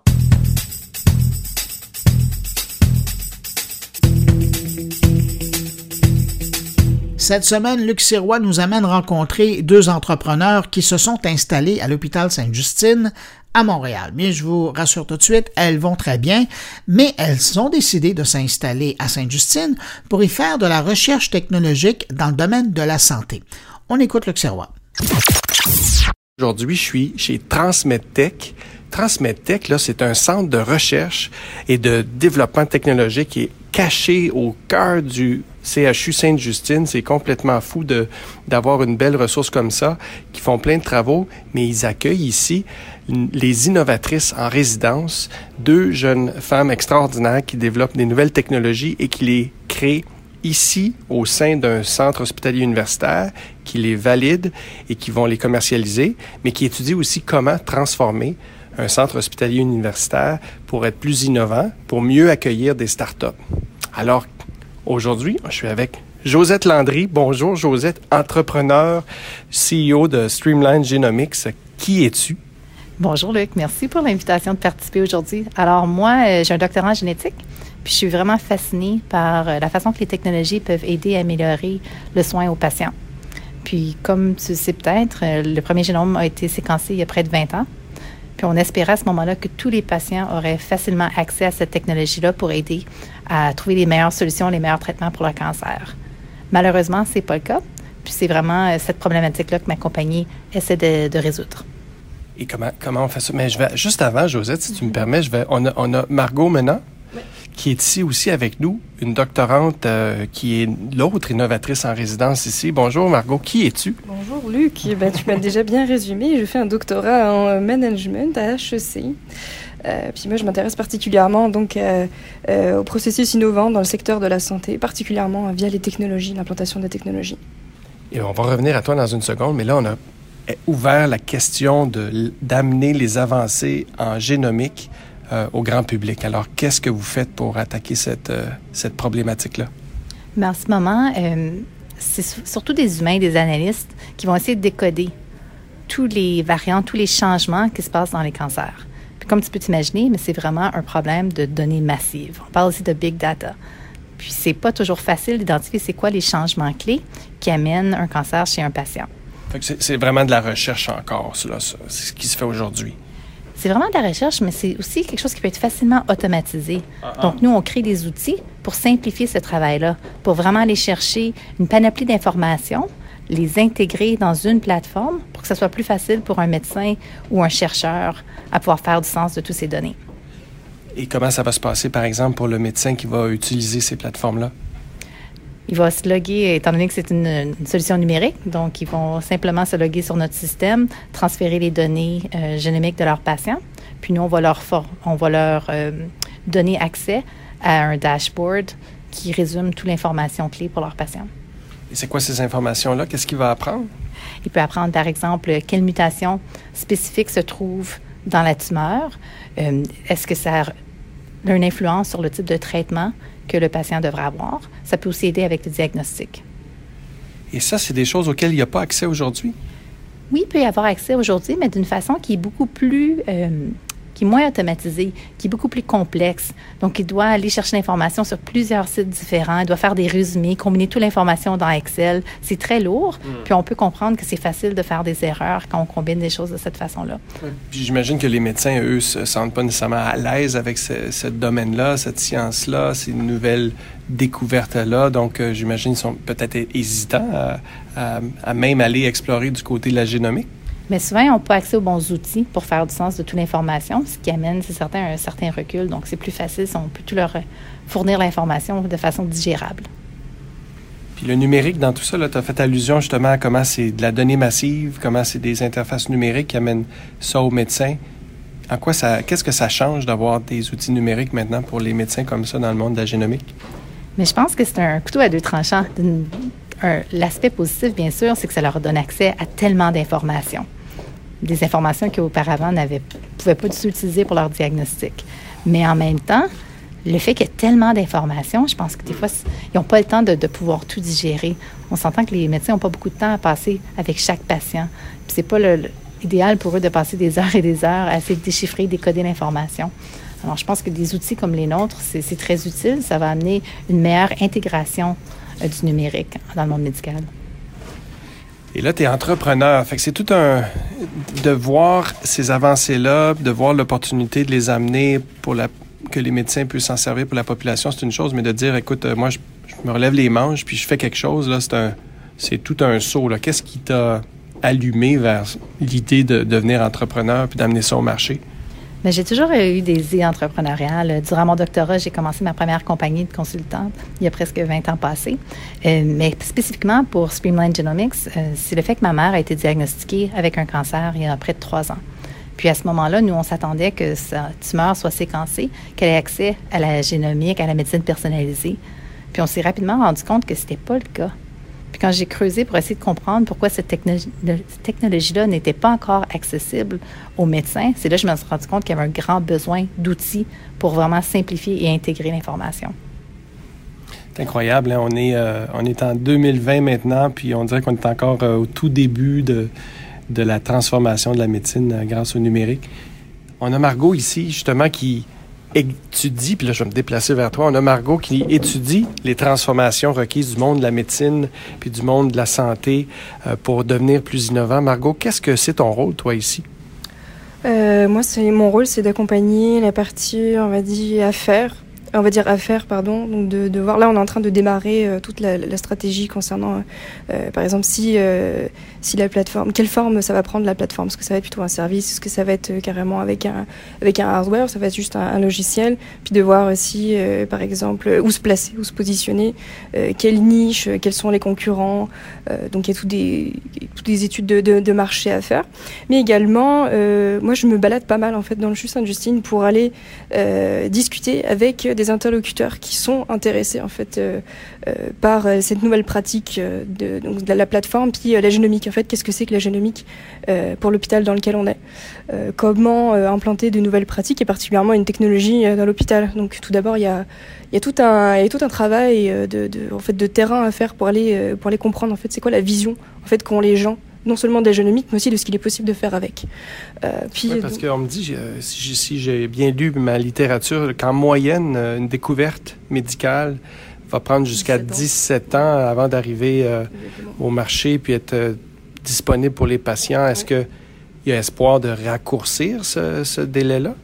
Cette semaine, Luc Sirois nous amène rencontrer deux entrepreneurs qui se sont installés à l'hôpital Sainte-Justine à Montréal. Mais je vous rassure tout de suite, elles vont très bien, mais elles ont décidé de s'installer à Sainte-Justine pour y faire de la recherche technologique dans le domaine de la santé. On écoute Luc Sirois. Aujourd'hui, je suis chez TransmedTech. TransmedTech, là, c'est un centre de recherche et de développement technologique qui est caché au cœur du CHU Sainte-Justine. C'est complètement fou d'avoir une belle ressource comme ça, qui font plein de travaux, mais ils accueillent ici les innovatrices en résidence, 2 jeunes femmes extraordinaires qui développent des nouvelles technologies et qui les créent ici, au sein d'un centre hospitalier universitaire, qui les valide et qui vont les commercialiser, mais qui étudie aussi comment transformer un centre hospitalier universitaire pour être plus innovant, pour mieux accueillir des startups. Alors, aujourd'hui, je suis avec Josette Landry. Bonjour, Josette, entrepreneur, CEO de Streamline Genomics. Qui es-tu? Bonjour, Luc. Merci pour l'invitation de participer aujourd'hui. Alors, moi, j'ai un doctorat en génétique, puis je suis vraiment fascinée par la façon que les technologies peuvent aider à améliorer le soin aux patients. Puis, comme tu le sais peut-être, le premier génome a été séquencé il y a près de 20 ans. Puis on espérait à ce moment-là que tous les patients auraient facilement accès à cette technologie-là pour aider à trouver les meilleures solutions, les meilleurs traitements pour le cancer. Malheureusement, ce n'est pas le cas. Puis c'est vraiment cette problématique-là que ma compagnie essaie de résoudre. Et comment on fait ça? Mais juste avant, Josette, si tu me permets, on a Margot Menant, qui est ici aussi avec nous, une doctorante qui est l'autre innovatrice en résidence ici. Bonjour Margot, qui es-tu? Bonjour Luc, tu m'as déjà bien résumé. Je fais un doctorat en management à HEC. Puis moi, je m'intéresse particulièrement donc au processus innovant dans le secteur de la santé, particulièrement via les technologies, l'implantation des technologies. Et on va revenir à toi dans une seconde, mais là, on a ouvert la question d'amener les avancées en génomique au grand public. Alors, qu'est-ce que vous faites pour attaquer cette problématique-là? Mais en ce moment, c'est surtout des humains, des analystes, qui vont essayer de décoder tous les variants, tous les changements qui se passent dans les cancers. Puis comme tu peux t'imaginer, mais c'est vraiment un problème de données massives. On parle aussi de big data. Puis c'est pas toujours facile d'identifier c'est quoi les changements clés qui amènent un cancer chez un patient. Fait que c'est vraiment de la recherche encore, ça. C'est ce qui se fait aujourd'hui. C'est vraiment de la recherche, mais c'est aussi quelque chose qui peut être facilement automatisé. Donc, nous, on crée des outils pour simplifier ce travail-là, pour vraiment aller chercher une panoplie d'informations, les intégrer dans une plateforme pour que ce soit plus facile pour un médecin ou un chercheur à pouvoir faire du sens de toutes ces données. Et comment ça va se passer, par exemple, pour le médecin qui va utiliser ces plateformes-là? Il va se loguer, étant donné que c'est une solution numérique, donc ils vont simplement se loguer sur notre système, transférer les données génomiques de leurs patients, puis nous, on va leur donner accès à un dashboard qui résume toute l'information clé pour leurs patients. Et c'est quoi ces informations-là? Qu'est-ce qu'il va apprendre? Il peut apprendre, par exemple, quelle mutation spécifique se trouve dans la tumeur. Est-ce que ça a une influence sur le type de traitement que le patient devrait avoir? Ça peut aussi aider avec le diagnostic. Et ça, c'est des choses auxquelles il n'y a pas accès aujourd'hui? Oui, il peut y avoir accès aujourd'hui, mais d'une façon qui est beaucoup plus... qui est moins automatisée, qui est beaucoup plus complexe. Donc, il doit aller chercher l'information sur plusieurs sites différents. Il doit faire des résumés, combiner toute l'information dans Excel. C'est très lourd. Puis, on peut comprendre que c'est facile de faire des erreurs quand on combine des choses de cette façon-là. Puis, j'imagine que les médecins, eux, se sentent pas nécessairement à l'aise avec ce domaine-là, cette science-là, ces nouvelles découvertes-là. Donc, j'imagine qu'ils sont peut-être hésitants à même aller explorer du côté de la génomique. Mais souvent, ils n'ont pas accès aux bons outils pour faire du sens de toute l'information, ce qui amène, c'est certain, un certain recul. Donc, c'est plus facile si on peut tout leur fournir l'information de façon digérable. Puis le numérique, dans tout ça, tu as fait allusion justement à comment c'est de la donnée massive, comment c'est des interfaces numériques qui amènent ça aux médecins. Qu'est-ce que ça change d'avoir des outils numériques maintenant pour les médecins comme ça dans le monde de la génomique? Mais je pense que c'est un couteau à deux tranchants. L'aspect positif, bien sûr, c'est que ça leur donne accès à tellement d'informations. Des informations qu'auparavant ne pouvaient pas du tout utiliser pour leur diagnostic. Mais en même temps, le fait qu'il y ait tellement d'informations, je pense que des fois, ils n'ont pas le temps de pouvoir tout digérer. On s'entend que les médecins n'ont pas beaucoup de temps à passer avec chaque patient. Puis c'est pas idéal pour eux de passer des heures et des heures à essayer de déchiffrer, décoder l'information. Alors, je pense que des outils comme les nôtres, c'est très utile. Ça va amener une meilleure intégration du numérique dans le monde médical. Et là, tu es entrepreneur. Fait que c'est tout de voir ces avancées-là, de voir l'opportunité de les amener que les médecins puissent s'en servir pour la population, c'est une chose, mais de dire, écoute, moi, je me relève les manches puis je fais quelque chose, là, c'est tout un saut, là. Qu'est-ce qui t'a allumé vers l'idée de devenir entrepreneur puis d'amener ça au marché? Mais j'ai toujours eu des idées entrepreneuriales. Durant mon doctorat, j'ai commencé ma première compagnie de consultante il y a presque 20 ans passés. Mais spécifiquement pour Streamline Genomics, c'est le fait que ma mère a été diagnostiquée avec un cancer il y a près de 3 ans. Puis à ce moment-là, nous, on s'attendait que sa tumeur soit séquencée, qu'elle ait accès à la génomique, à la médecine personnalisée. Puis on s'est rapidement rendu compte que c'était pas le cas. Puis quand j'ai creusé pour essayer de comprendre pourquoi cette technologie-là n'était pas encore accessible aux médecins, c'est là que je me suis rendu compte qu'il y avait un grand besoin d'outils pour vraiment simplifier et intégrer l'information. C'est incroyable, hein? On est en 2020 maintenant, puis on dirait qu'on est encore au tout début de la transformation de la médecine grâce au numérique. On a Margot ici, justement, qui étudie, puis là, je vais me déplacer vers toi. On a Margot qui étudie les transformations requises du monde de la médecine puis du monde de la santé pour devenir plus innovant. Margot, qu'est-ce que c'est ton rôle, toi, ici? Moi, mon rôle, c'est d'accompagner la partie, on va dire, affaires, donc de voir, là on est en train de démarrer toute la stratégie concernant par exemple si la plateforme, quelle forme ça va prendre la plateforme, est-ce que ça va être plutôt un service, est-ce que ça va être carrément avec un hardware, ça va être juste un logiciel, puis de voir aussi par exemple où se placer, où se positionner, quelle niche, quels sont les concurrents, donc il y a toutes des études de marché à faire, mais également moi je me balade pas mal en fait dans le CHU Sainte-Justine pour aller discuter avec des interlocuteurs qui sont intéressés en fait par cette nouvelle pratique de la plateforme, puis la génomique. En fait, qu'est-ce que c'est que la génomique pour l'hôpital dans lequel on est, comment implanter de nouvelles pratiques et particulièrement une technologie dans l'hôpital. Donc tout d'abord, il y a tout un travail de terrain à faire pour aller comprendre en fait c'est quoi la vision en fait qu'ont les gens, non seulement de la génomique, mais aussi de ce qu'il est possible de faire avec. Parce qu'on me dit, si j'ai bien lu ma littérature, qu'en moyenne, une découverte médicale va prendre jusqu'à 17 ans avant d'arriver au marché puis être disponible pour les patients. Est-ce qu'il y a espoir de raccourcir ce délai-là?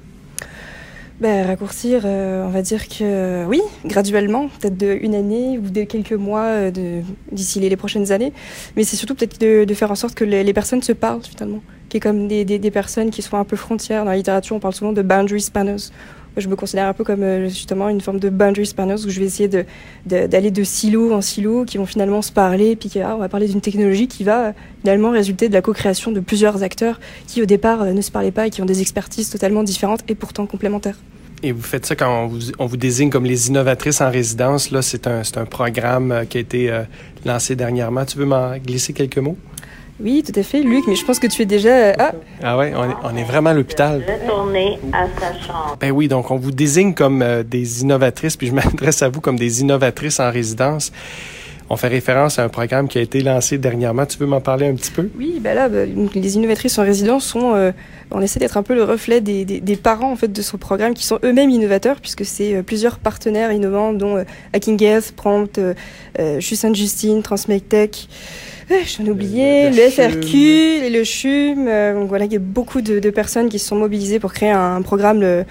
Raccourcir, on va dire que oui, graduellement, peut-être d'une année ou de quelques mois d'ici les prochaines années. Mais c'est surtout peut-être de faire en sorte que les personnes se parlent finalement, qu'il y ait comme des personnes qui soient un peu frontières. Dans la littérature, on parle souvent de boundary spanners. Moi, je me considère un peu comme justement une forme de boundary spanners où je vais essayer d'aller de silo en silo qui vont finalement se parler, puis on va parler d'une technologie qui va finalement résulter de la co-création de plusieurs acteurs qui au départ ne se parlaient pas et qui ont des expertises totalement différentes et pourtant complémentaires. Et vous faites ça quand on vous désigne comme les innovatrices en résidence. Là, c'est un programme qui a été lancé dernièrement. Tu veux m'en glisser quelques mots? Oui, tout à fait, Luc, mais je pense que tu es déjà... Ah ouais, on est vraiment à l'hôpital. Retourner à sa chambre. Ben oui, donc on vous désigne comme des innovatrices, puis je m'adresse à vous comme des innovatrices en résidence. On fait référence à un programme qui a été lancé dernièrement. Tu veux m'en parler un petit peu? Oui, les innovatrices en résidence sont... on essaie d'être un peu le reflet des parents en fait, de ce programme qui sont eux-mêmes innovateurs, puisque c'est plusieurs partenaires innovants, dont Hacking Health, Prompt, CHU Sainte-Justine, Transmedtech... J'en ai oublié, le FRQ, le CHUM, donc voilà, il y a beaucoup de personnes qui se sont mobilisées pour créer un programme. Et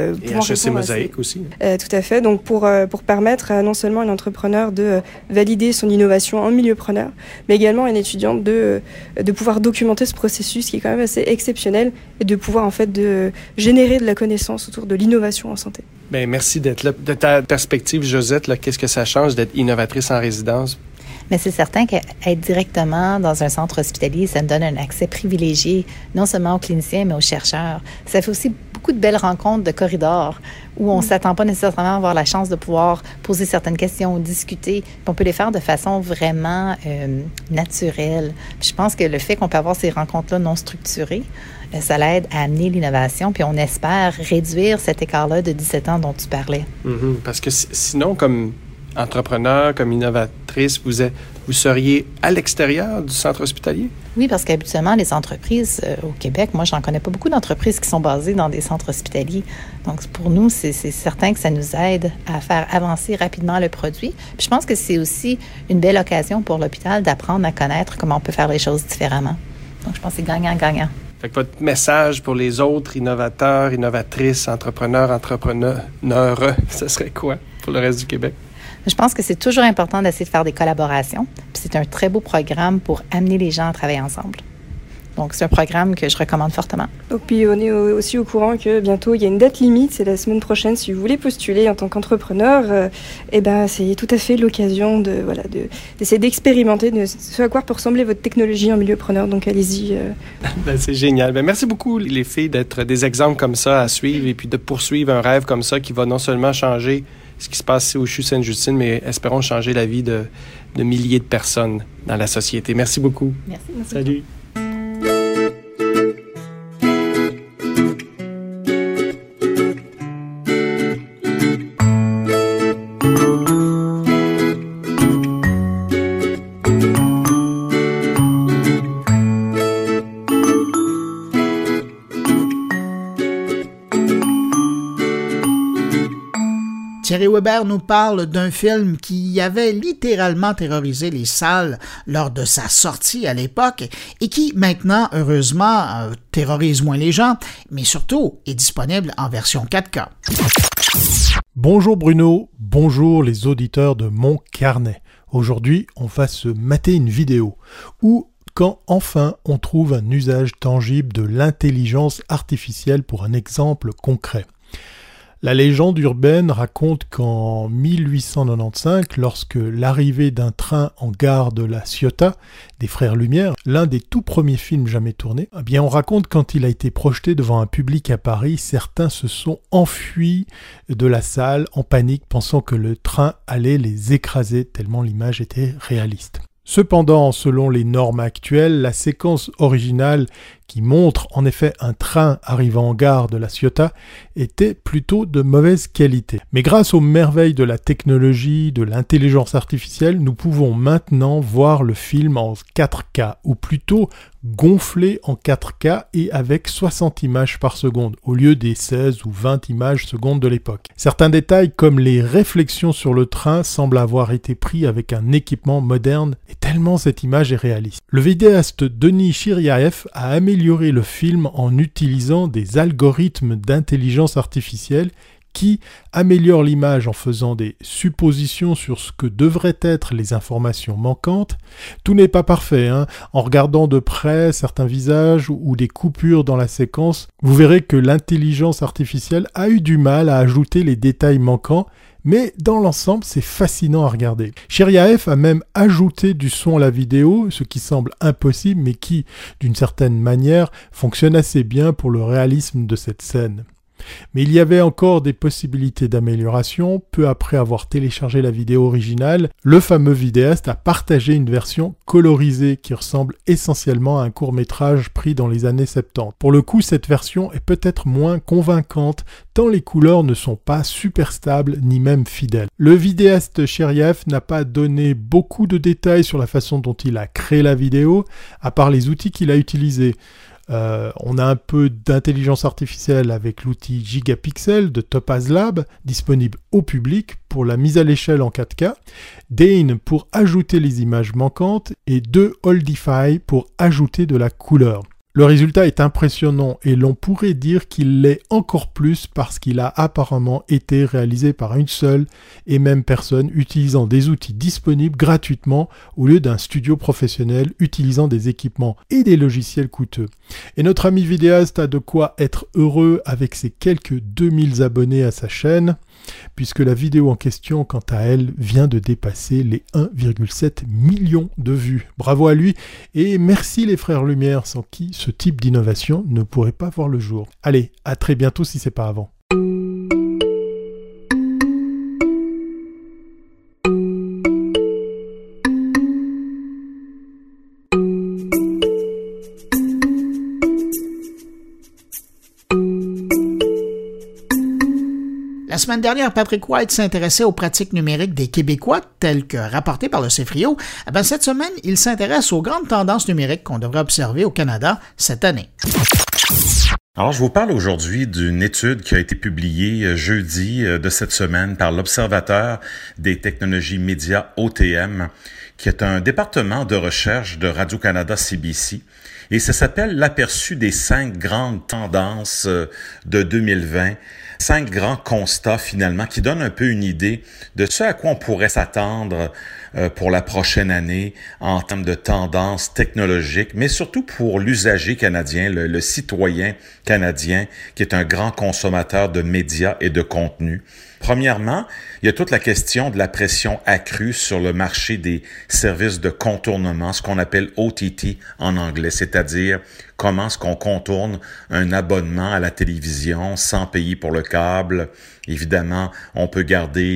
HEC Mosaïque aussi. Tout à fait, donc pour permettre à non seulement un entrepreneur de valider son innovation en milieupreneur, mais également à une étudiante de pouvoir documenter ce processus qui est quand même assez exceptionnel et de pouvoir en fait de générer de la connaissance autour de l'innovation en santé. Bien, merci d'être là. De ta perspective, Josette, là, qu'est-ce que ça change d'être innovatrice en résidence? Mais c'est certain qu'être directement dans un centre hospitalier, ça me donne un accès privilégié, non seulement aux cliniciens, mais aux chercheurs. Ça fait aussi beaucoup de belles rencontres de corridors où on ne s'attend pas nécessairement à avoir la chance de pouvoir poser certaines questions, discuter. Puis on peut les faire de façon vraiment naturelle. Puis je pense que le fait qu'on peut avoir ces rencontres-là non structurées, ça l'aide à amener l'innovation, puis on espère réduire cet écart-là de 17 ans dont tu parlais. Mm-hmm. Parce que sinon, comme entrepreneur, comme innovatrice, vous seriez à l'extérieur du centre hospitalier? Oui, parce qu'habituellement, les entreprises au Québec, moi, j'en connais pas beaucoup d'entreprises qui sont basées dans des centres hospitaliers. Donc, pour nous, c'est certain que ça nous aide à faire avancer rapidement le produit. Puis je pense que c'est aussi une belle occasion pour l'hôpital d'apprendre à connaître comment on peut faire les choses différemment. Donc, je pense que c'est gagnant-gagnant. Fait que votre message pour les autres innovateurs, innovatrices, entrepreneurs, ce serait quoi pour le reste du Québec? Je pense que c'est toujours important d'essayer de faire des collaborations. Puis c'est un très beau programme pour amener les gens à travailler ensemble. Donc, c'est un programme que je recommande fortement. Donc, puis on est aussi au courant que bientôt, il y a une date limite, c'est la semaine prochaine. Si vous voulez postuler en tant qu'entrepreneur, c'est tout à fait l'occasion d'essayer d'expérimenter de ce à quoi peut ressembler votre technologie en milipreneur. Donc, allez-y. C'est génial. Merci beaucoup, les filles, d'être des exemples comme ça à suivre et puis de poursuivre un rêve comme ça qui va non seulement changer ce qui se passe ici au CHU Sainte-Justine, mais espérons changer la vie de milliers de personnes dans la société. Merci beaucoup. Merci. Salut. Thierry Weber nous parle d'un film qui avait littéralement terrorisé les salles lors de sa sortie à l'époque et qui maintenant, heureusement, terrorise moins les gens, mais surtout est disponible en version 4K. Bonjour Bruno, bonjour les auditeurs de Mon Carnet. Aujourd'hui, on va se mater une vidéo où quand enfin on trouve un usage tangible de l'intelligence artificielle pour un exemple concret. La légende urbaine raconte qu'en 1895, lorsque l'arrivée d'un train en gare de la Ciotat, des Frères Lumière, l'un des tout premiers films jamais tournés, on raconte quand il a été projeté devant un public à Paris, certains se sont enfuis de la salle en panique, pensant que le train allait les écraser, tellement l'image était réaliste. Cependant, selon les normes actuelles, la séquence originale qui montre en effet un train arrivant en gare de la Ciotat était plutôt de mauvaise qualité. Mais grâce aux merveilles de la technologie, de l'intelligence artificielle, nous pouvons maintenant voir le film en 4K, ou plutôt gonflé en 4K et avec 60 images par seconde, au lieu des 16 ou 20 images secondes de l'époque. Certains détails comme les réflexions sur le train semblent avoir été pris avec un équipement moderne, et tellement cette image est réaliste. Le vidéaste Denis Chiriaev a amélioré le film en utilisant des algorithmes d'intelligence artificielle qui améliorent l'image en faisant des suppositions sur ce que devraient être les informations manquantes. Tout n'est pas parfait, En regardant de près certains visages ou des coupures dans la séquence, vous verrez que l'intelligence artificielle a eu du mal à ajouter les détails manquants, mais dans l'ensemble, c'est fascinant à regarder. Chiriaev a même ajouté du son à la vidéo, ce qui semble impossible, mais qui, d'une certaine manière, fonctionne assez bien pour le réalisme de cette scène. Mais il y avait encore des possibilités d'amélioration. Peu après avoir téléchargé la vidéo originale, le fameux vidéaste a partagé une version colorisée qui ressemble essentiellement à un court-métrage pris dans les années 70. Pour le coup, cette version est peut-être moins convaincante, tant les couleurs ne sont pas super stables ni même fidèles. Le vidéaste Chiriaev n'a pas donné beaucoup de détails sur la façon dont il a créé la vidéo, à part les outils qu'il a utilisés. On a un peu d'intelligence artificielle avec l'outil Gigapixel de Topaz Lab, disponible au public pour la mise à l'échelle en 4K, Dane pour ajouter les images manquantes et 2Oldify pour ajouter de la couleur. Le résultat est impressionnant et l'on pourrait dire qu'il l'est encore plus parce qu'il a apparemment été réalisé par une seule et même personne utilisant des outils disponibles gratuitement au lieu d'un studio professionnel utilisant des équipements et des logiciels coûteux. Et notre ami vidéaste a de quoi être heureux avec ses quelques 2000 abonnés à sa chaîne, puisque la vidéo en question, quant à elle, vient de dépasser les 1,7 million de vues. Bravo à lui et merci les Frères Lumière, sans qui ce type d'innovation ne pourrait pas voir le jour. Allez, à très bientôt si c'est pas avant. La semaine dernière, Patrick White s'intéressait aux pratiques numériques des Québécois, telles que rapportées par le CFRIO. Cette semaine, il s'intéresse aux grandes tendances numériques qu'on devrait observer au Canada cette année. Alors, je vous parle aujourd'hui d'une étude qui a été publiée jeudi de cette semaine par l'Observateur des technologies médias OTM, qui est un département de recherche de Radio-Canada CBC. Et ça s'appelle l'aperçu des 5 grandes tendances de 2020. 5 grands constats, finalement, qui donnent un peu une idée de ce à quoi on pourrait s'attendre pour la prochaine année en termes de tendances technologiques, mais surtout pour l'usager canadien, le citoyen canadien qui est un grand consommateur de médias et de contenu. Premièrement, il y a toute la question de la pression accrue sur le marché des services de contournement, ce qu'on appelle OTT en anglais, c'est-à-dire comment est-ce qu'on contourne un abonnement à la télévision sans payer pour le câble. Évidemment, on peut garder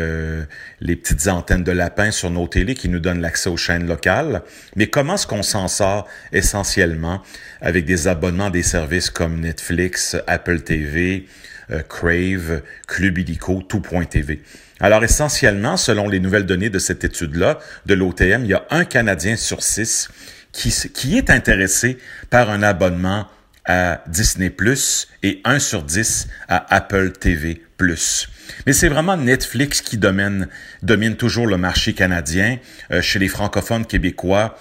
les petites antennes de lapin sur nos télés qui nous donnent l'accès aux chaînes locales, mais comment est-ce qu'on s'en sort essentiellement avec des abonnements à des services comme Netflix, Apple TV, Crave, Club Illico, Tout.tv. Alors essentiellement, selon les nouvelles données de cette étude-là, de l'OTM, il y a 1 Canadien sur 6 qui est intéressé par un abonnement à Disney+, et 1 sur 10 à Apple TV+. Mais c'est vraiment Netflix qui domine toujours le marché canadien. Chez les francophones québécois,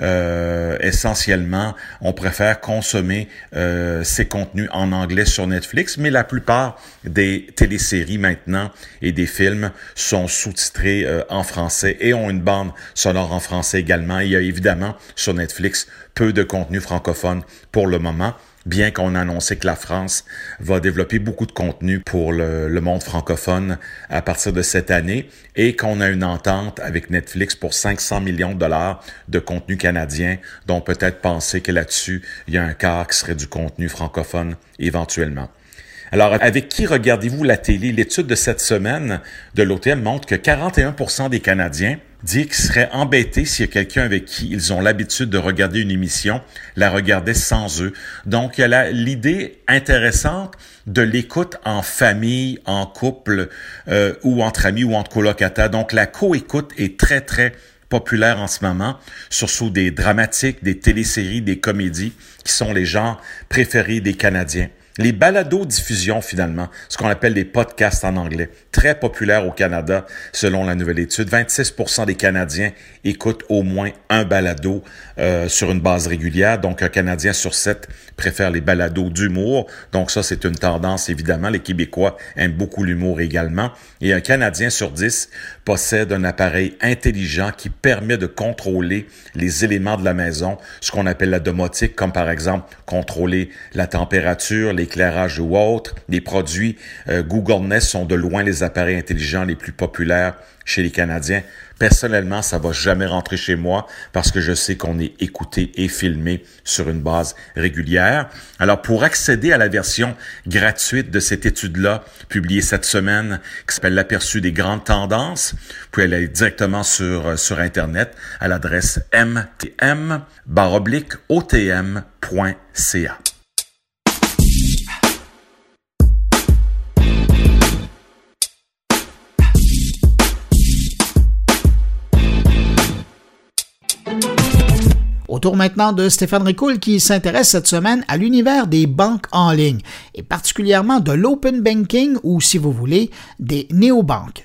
essentiellement, on préfère consommer ces contenus en anglais sur Netflix, mais la plupart des téléséries maintenant et des films sont sous-titrés en français et ont une bande sonore en français également. Il y a évidemment sur Netflix peu de contenu francophone pour le moment, bien qu'on a annoncé que la France va développer beaucoup de contenu pour le monde francophone à partir de cette année et qu'on a une entente avec Netflix pour 500 millions de dollars de contenu canadien, dont peut-être penser que là-dessus, il y a un quart qui serait du contenu francophone éventuellement. Alors, avec qui regardez-vous la télé? L'étude de cette semaine de l'OTM montre que 41% des Canadiens disent qu'ils seraient embêtés s'il y a quelqu'un avec qui ils ont l'habitude de regarder une émission, la regarder sans eux. Donc, il y a l'idée intéressante de l'écoute en famille, en couple, ou entre amis ou entre colocataires. Donc, la co-écoute est très, très populaire en ce moment, surtout des dramatiques, des téléséries, des comédies, qui sont les genres préférés des Canadiens. Les balados-diffusions, finalement, ce qu'on appelle des podcasts en anglais, très populaires au Canada, selon la nouvelle étude. 26% des Canadiens écoutent au moins un balado sur une base régulière. Donc, un Canadien sur 7 préfère les balados d'humour. Donc, ça, c'est une tendance, évidemment. Les Québécois aiment beaucoup l'humour également. Et un Canadien sur 10 possède un appareil intelligent qui permet de contrôler les éléments de la maison, ce qu'on appelle la domotique, comme par exemple contrôler la température, l'éclairage ou autre. Les produits Google Nest sont de loin les appareils intelligents les plus populaires chez les Canadiens. Personnellement, ça va jamais rentrer chez moi parce que je sais qu'on est écouté et filmé sur une base régulière. Alors, pour accéder à la version gratuite de cette étude-là, publiée cette semaine, qui s'appelle l'aperçu des grandes tendances, vous pouvez aller directement sur Internet à l'adresse mtm/otm.ca. Au tour maintenant de Stéphane Ricoul qui s'intéresse cette semaine à l'univers des banques en ligne et particulièrement de l'open banking ou, si vous voulez, des néobanques.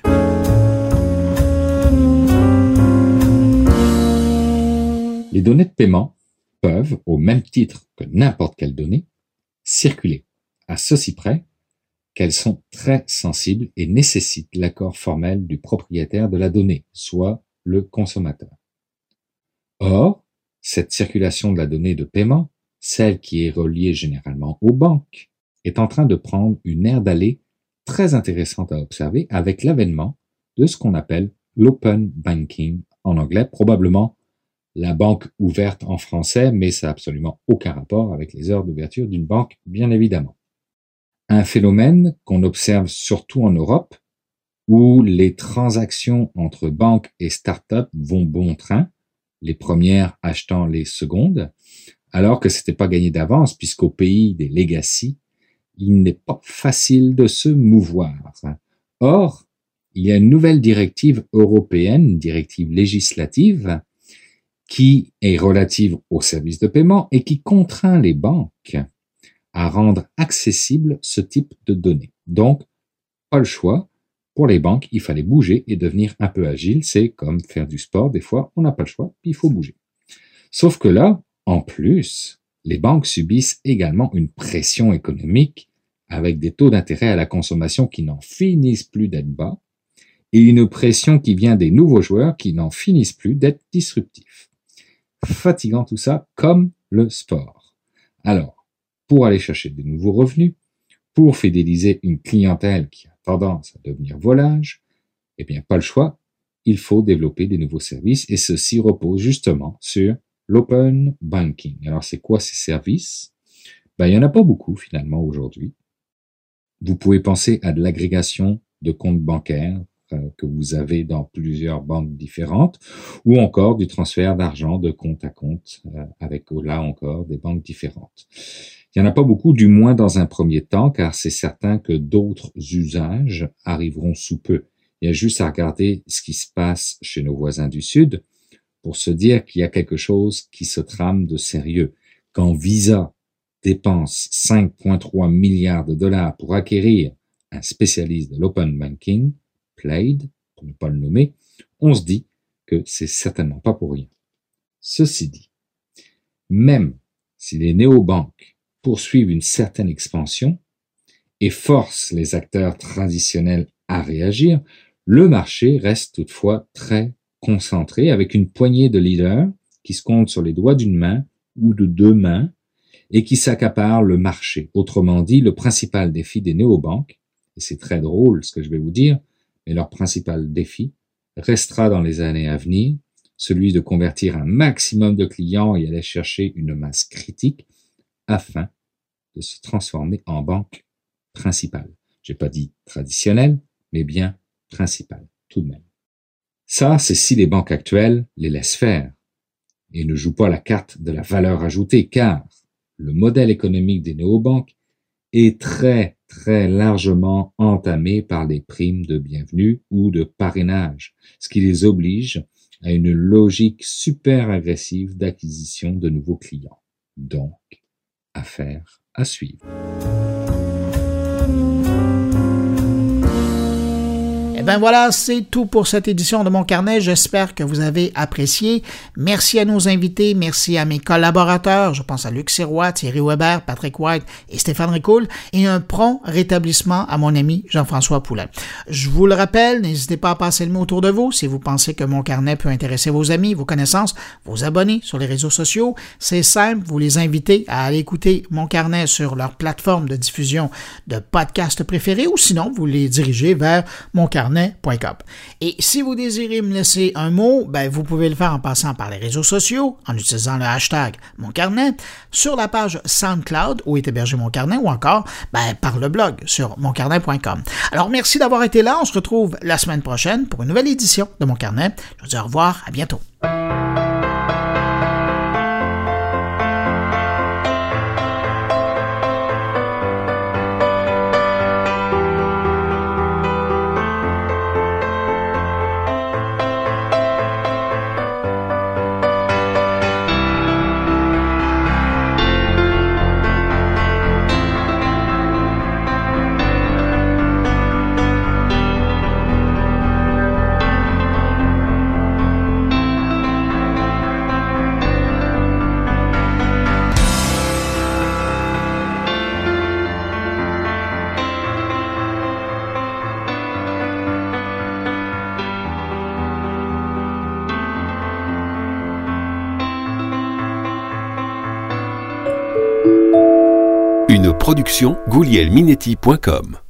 Les données de paiement peuvent, au même titre que n'importe quelle donnée, circuler, à ceci près qu'elles sont très sensibles et nécessitent l'accord formel du propriétaire de la donnée, soit le consommateur. Or, cette circulation de la donnée de paiement, celle qui est reliée généralement aux banques, est en train de prendre une aire d'aller très intéressante à observer avec l'avènement de ce qu'on appelle l'open banking en anglais, probablement la banque ouverte en français, mais ça n'a absolument aucun rapport avec les heures d'ouverture d'une banque, bien évidemment. Un phénomène qu'on observe surtout en Europe, où les transactions entre banques et start-up vont bon train, les premières achetant les secondes, alors que c'était pas gagné d'avance, puisqu'au pays des legacy, il n'est pas facile de se mouvoir. Or, il y a une nouvelle directive européenne, une directive législative, qui est relative aux services de paiement et qui contraint les banques à rendre accessible ce type de données. Donc, pas le choix. Pour les banques, il fallait bouger et devenir un peu agile. C'est comme faire du sport. Des fois, on n'a pas le choix, puis il faut bouger. Sauf que là, en plus, les banques subissent également une pression économique avec des taux d'intérêt à la consommation qui n'en finissent plus d'être bas et une pression qui vient des nouveaux joueurs qui n'en finissent plus d'être disruptifs. Fatigant tout ça, comme le sport. Alors, pour aller chercher de nouveaux revenus, pour fidéliser une clientèle qui a tendance à devenir volage, eh bien, pas le choix, il faut développer des nouveaux services et ceci repose justement sur l'open banking. Alors, c'est quoi ces services? Il n'y en a pas beaucoup finalement aujourd'hui. Vous pouvez penser à de l'agrégation de comptes bancaires que vous avez dans plusieurs banques différentes ou encore du transfert d'argent de compte à compte avec là encore des banques différentes. Il n'y en a pas beaucoup, du moins dans un premier temps, car c'est certain que d'autres usages arriveront sous peu. Il y a juste à regarder ce qui se passe chez nos voisins du Sud pour se dire qu'il y a quelque chose qui se trame de sérieux. Quand Visa dépense 5,3 milliards de dollars pour acquérir un spécialiste de l'open banking, Plaid, pour ne pas le nommer, on se dit que c'est certainement pas pour rien. Ceci dit, même si les néobanques poursuivent une certaine expansion et forcent les acteurs traditionnels à réagir, le marché reste toutefois très concentré avec une poignée de leaders qui se comptent sur les doigts d'une main ou de deux mains et qui s'accaparent le marché. Autrement dit, le principal défi des néobanques, et c'est très drôle ce que je vais vous dire, mais leur principal défi restera dans les années à venir, celui de convertir un maximum de clients et aller chercher une masse critique afin de se transformer en banque principale. J'ai pas dit traditionnelle, mais bien principale, tout de même. Ça, c'est si les banques actuelles les laissent faire et ne jouent pas la carte de la valeur ajoutée, car le modèle économique des néobanques est très, très largement entamé par des primes de bienvenue ou de parrainage, ce qui les oblige à une logique super agressive d'acquisition de nouveaux clients. Donc, affaire à suivre. Ben voilà, c'est tout pour cette édition de Mon Carnet. J'espère que vous avez apprécié. Merci à nos invités, merci à mes collaborateurs. Je pense à Luc Sirois, Thierry Weber, Patrick White et Stéphane Ricoul. Et un prompt rétablissement à mon ami Jean-François Poulet. Je vous le rappelle, n'hésitez pas à passer le mot autour de vous. Si vous pensez que Mon Carnet peut intéresser vos amis, vos connaissances, vos abonnés sur les réseaux sociaux, c'est simple, vous les invitez à aller écouter Mon Carnet sur leur plateforme de diffusion de podcasts préférés ou sinon, vous les dirigez vers moncarnet.com. Et si vous désirez me laisser un mot, ben vous pouvez le faire en passant par les réseaux sociaux, en utilisant le hashtag Mon Carnet, sur la page SoundCloud où est hébergé Mon Carnet ou encore par le blog sur moncarnet.com. Alors merci d'avoir été là, on se retrouve la semaine prochaine pour une nouvelle édition de Mon Carnet. Je vous dis au revoir, à bientôt. Une production GoulielMinetti.com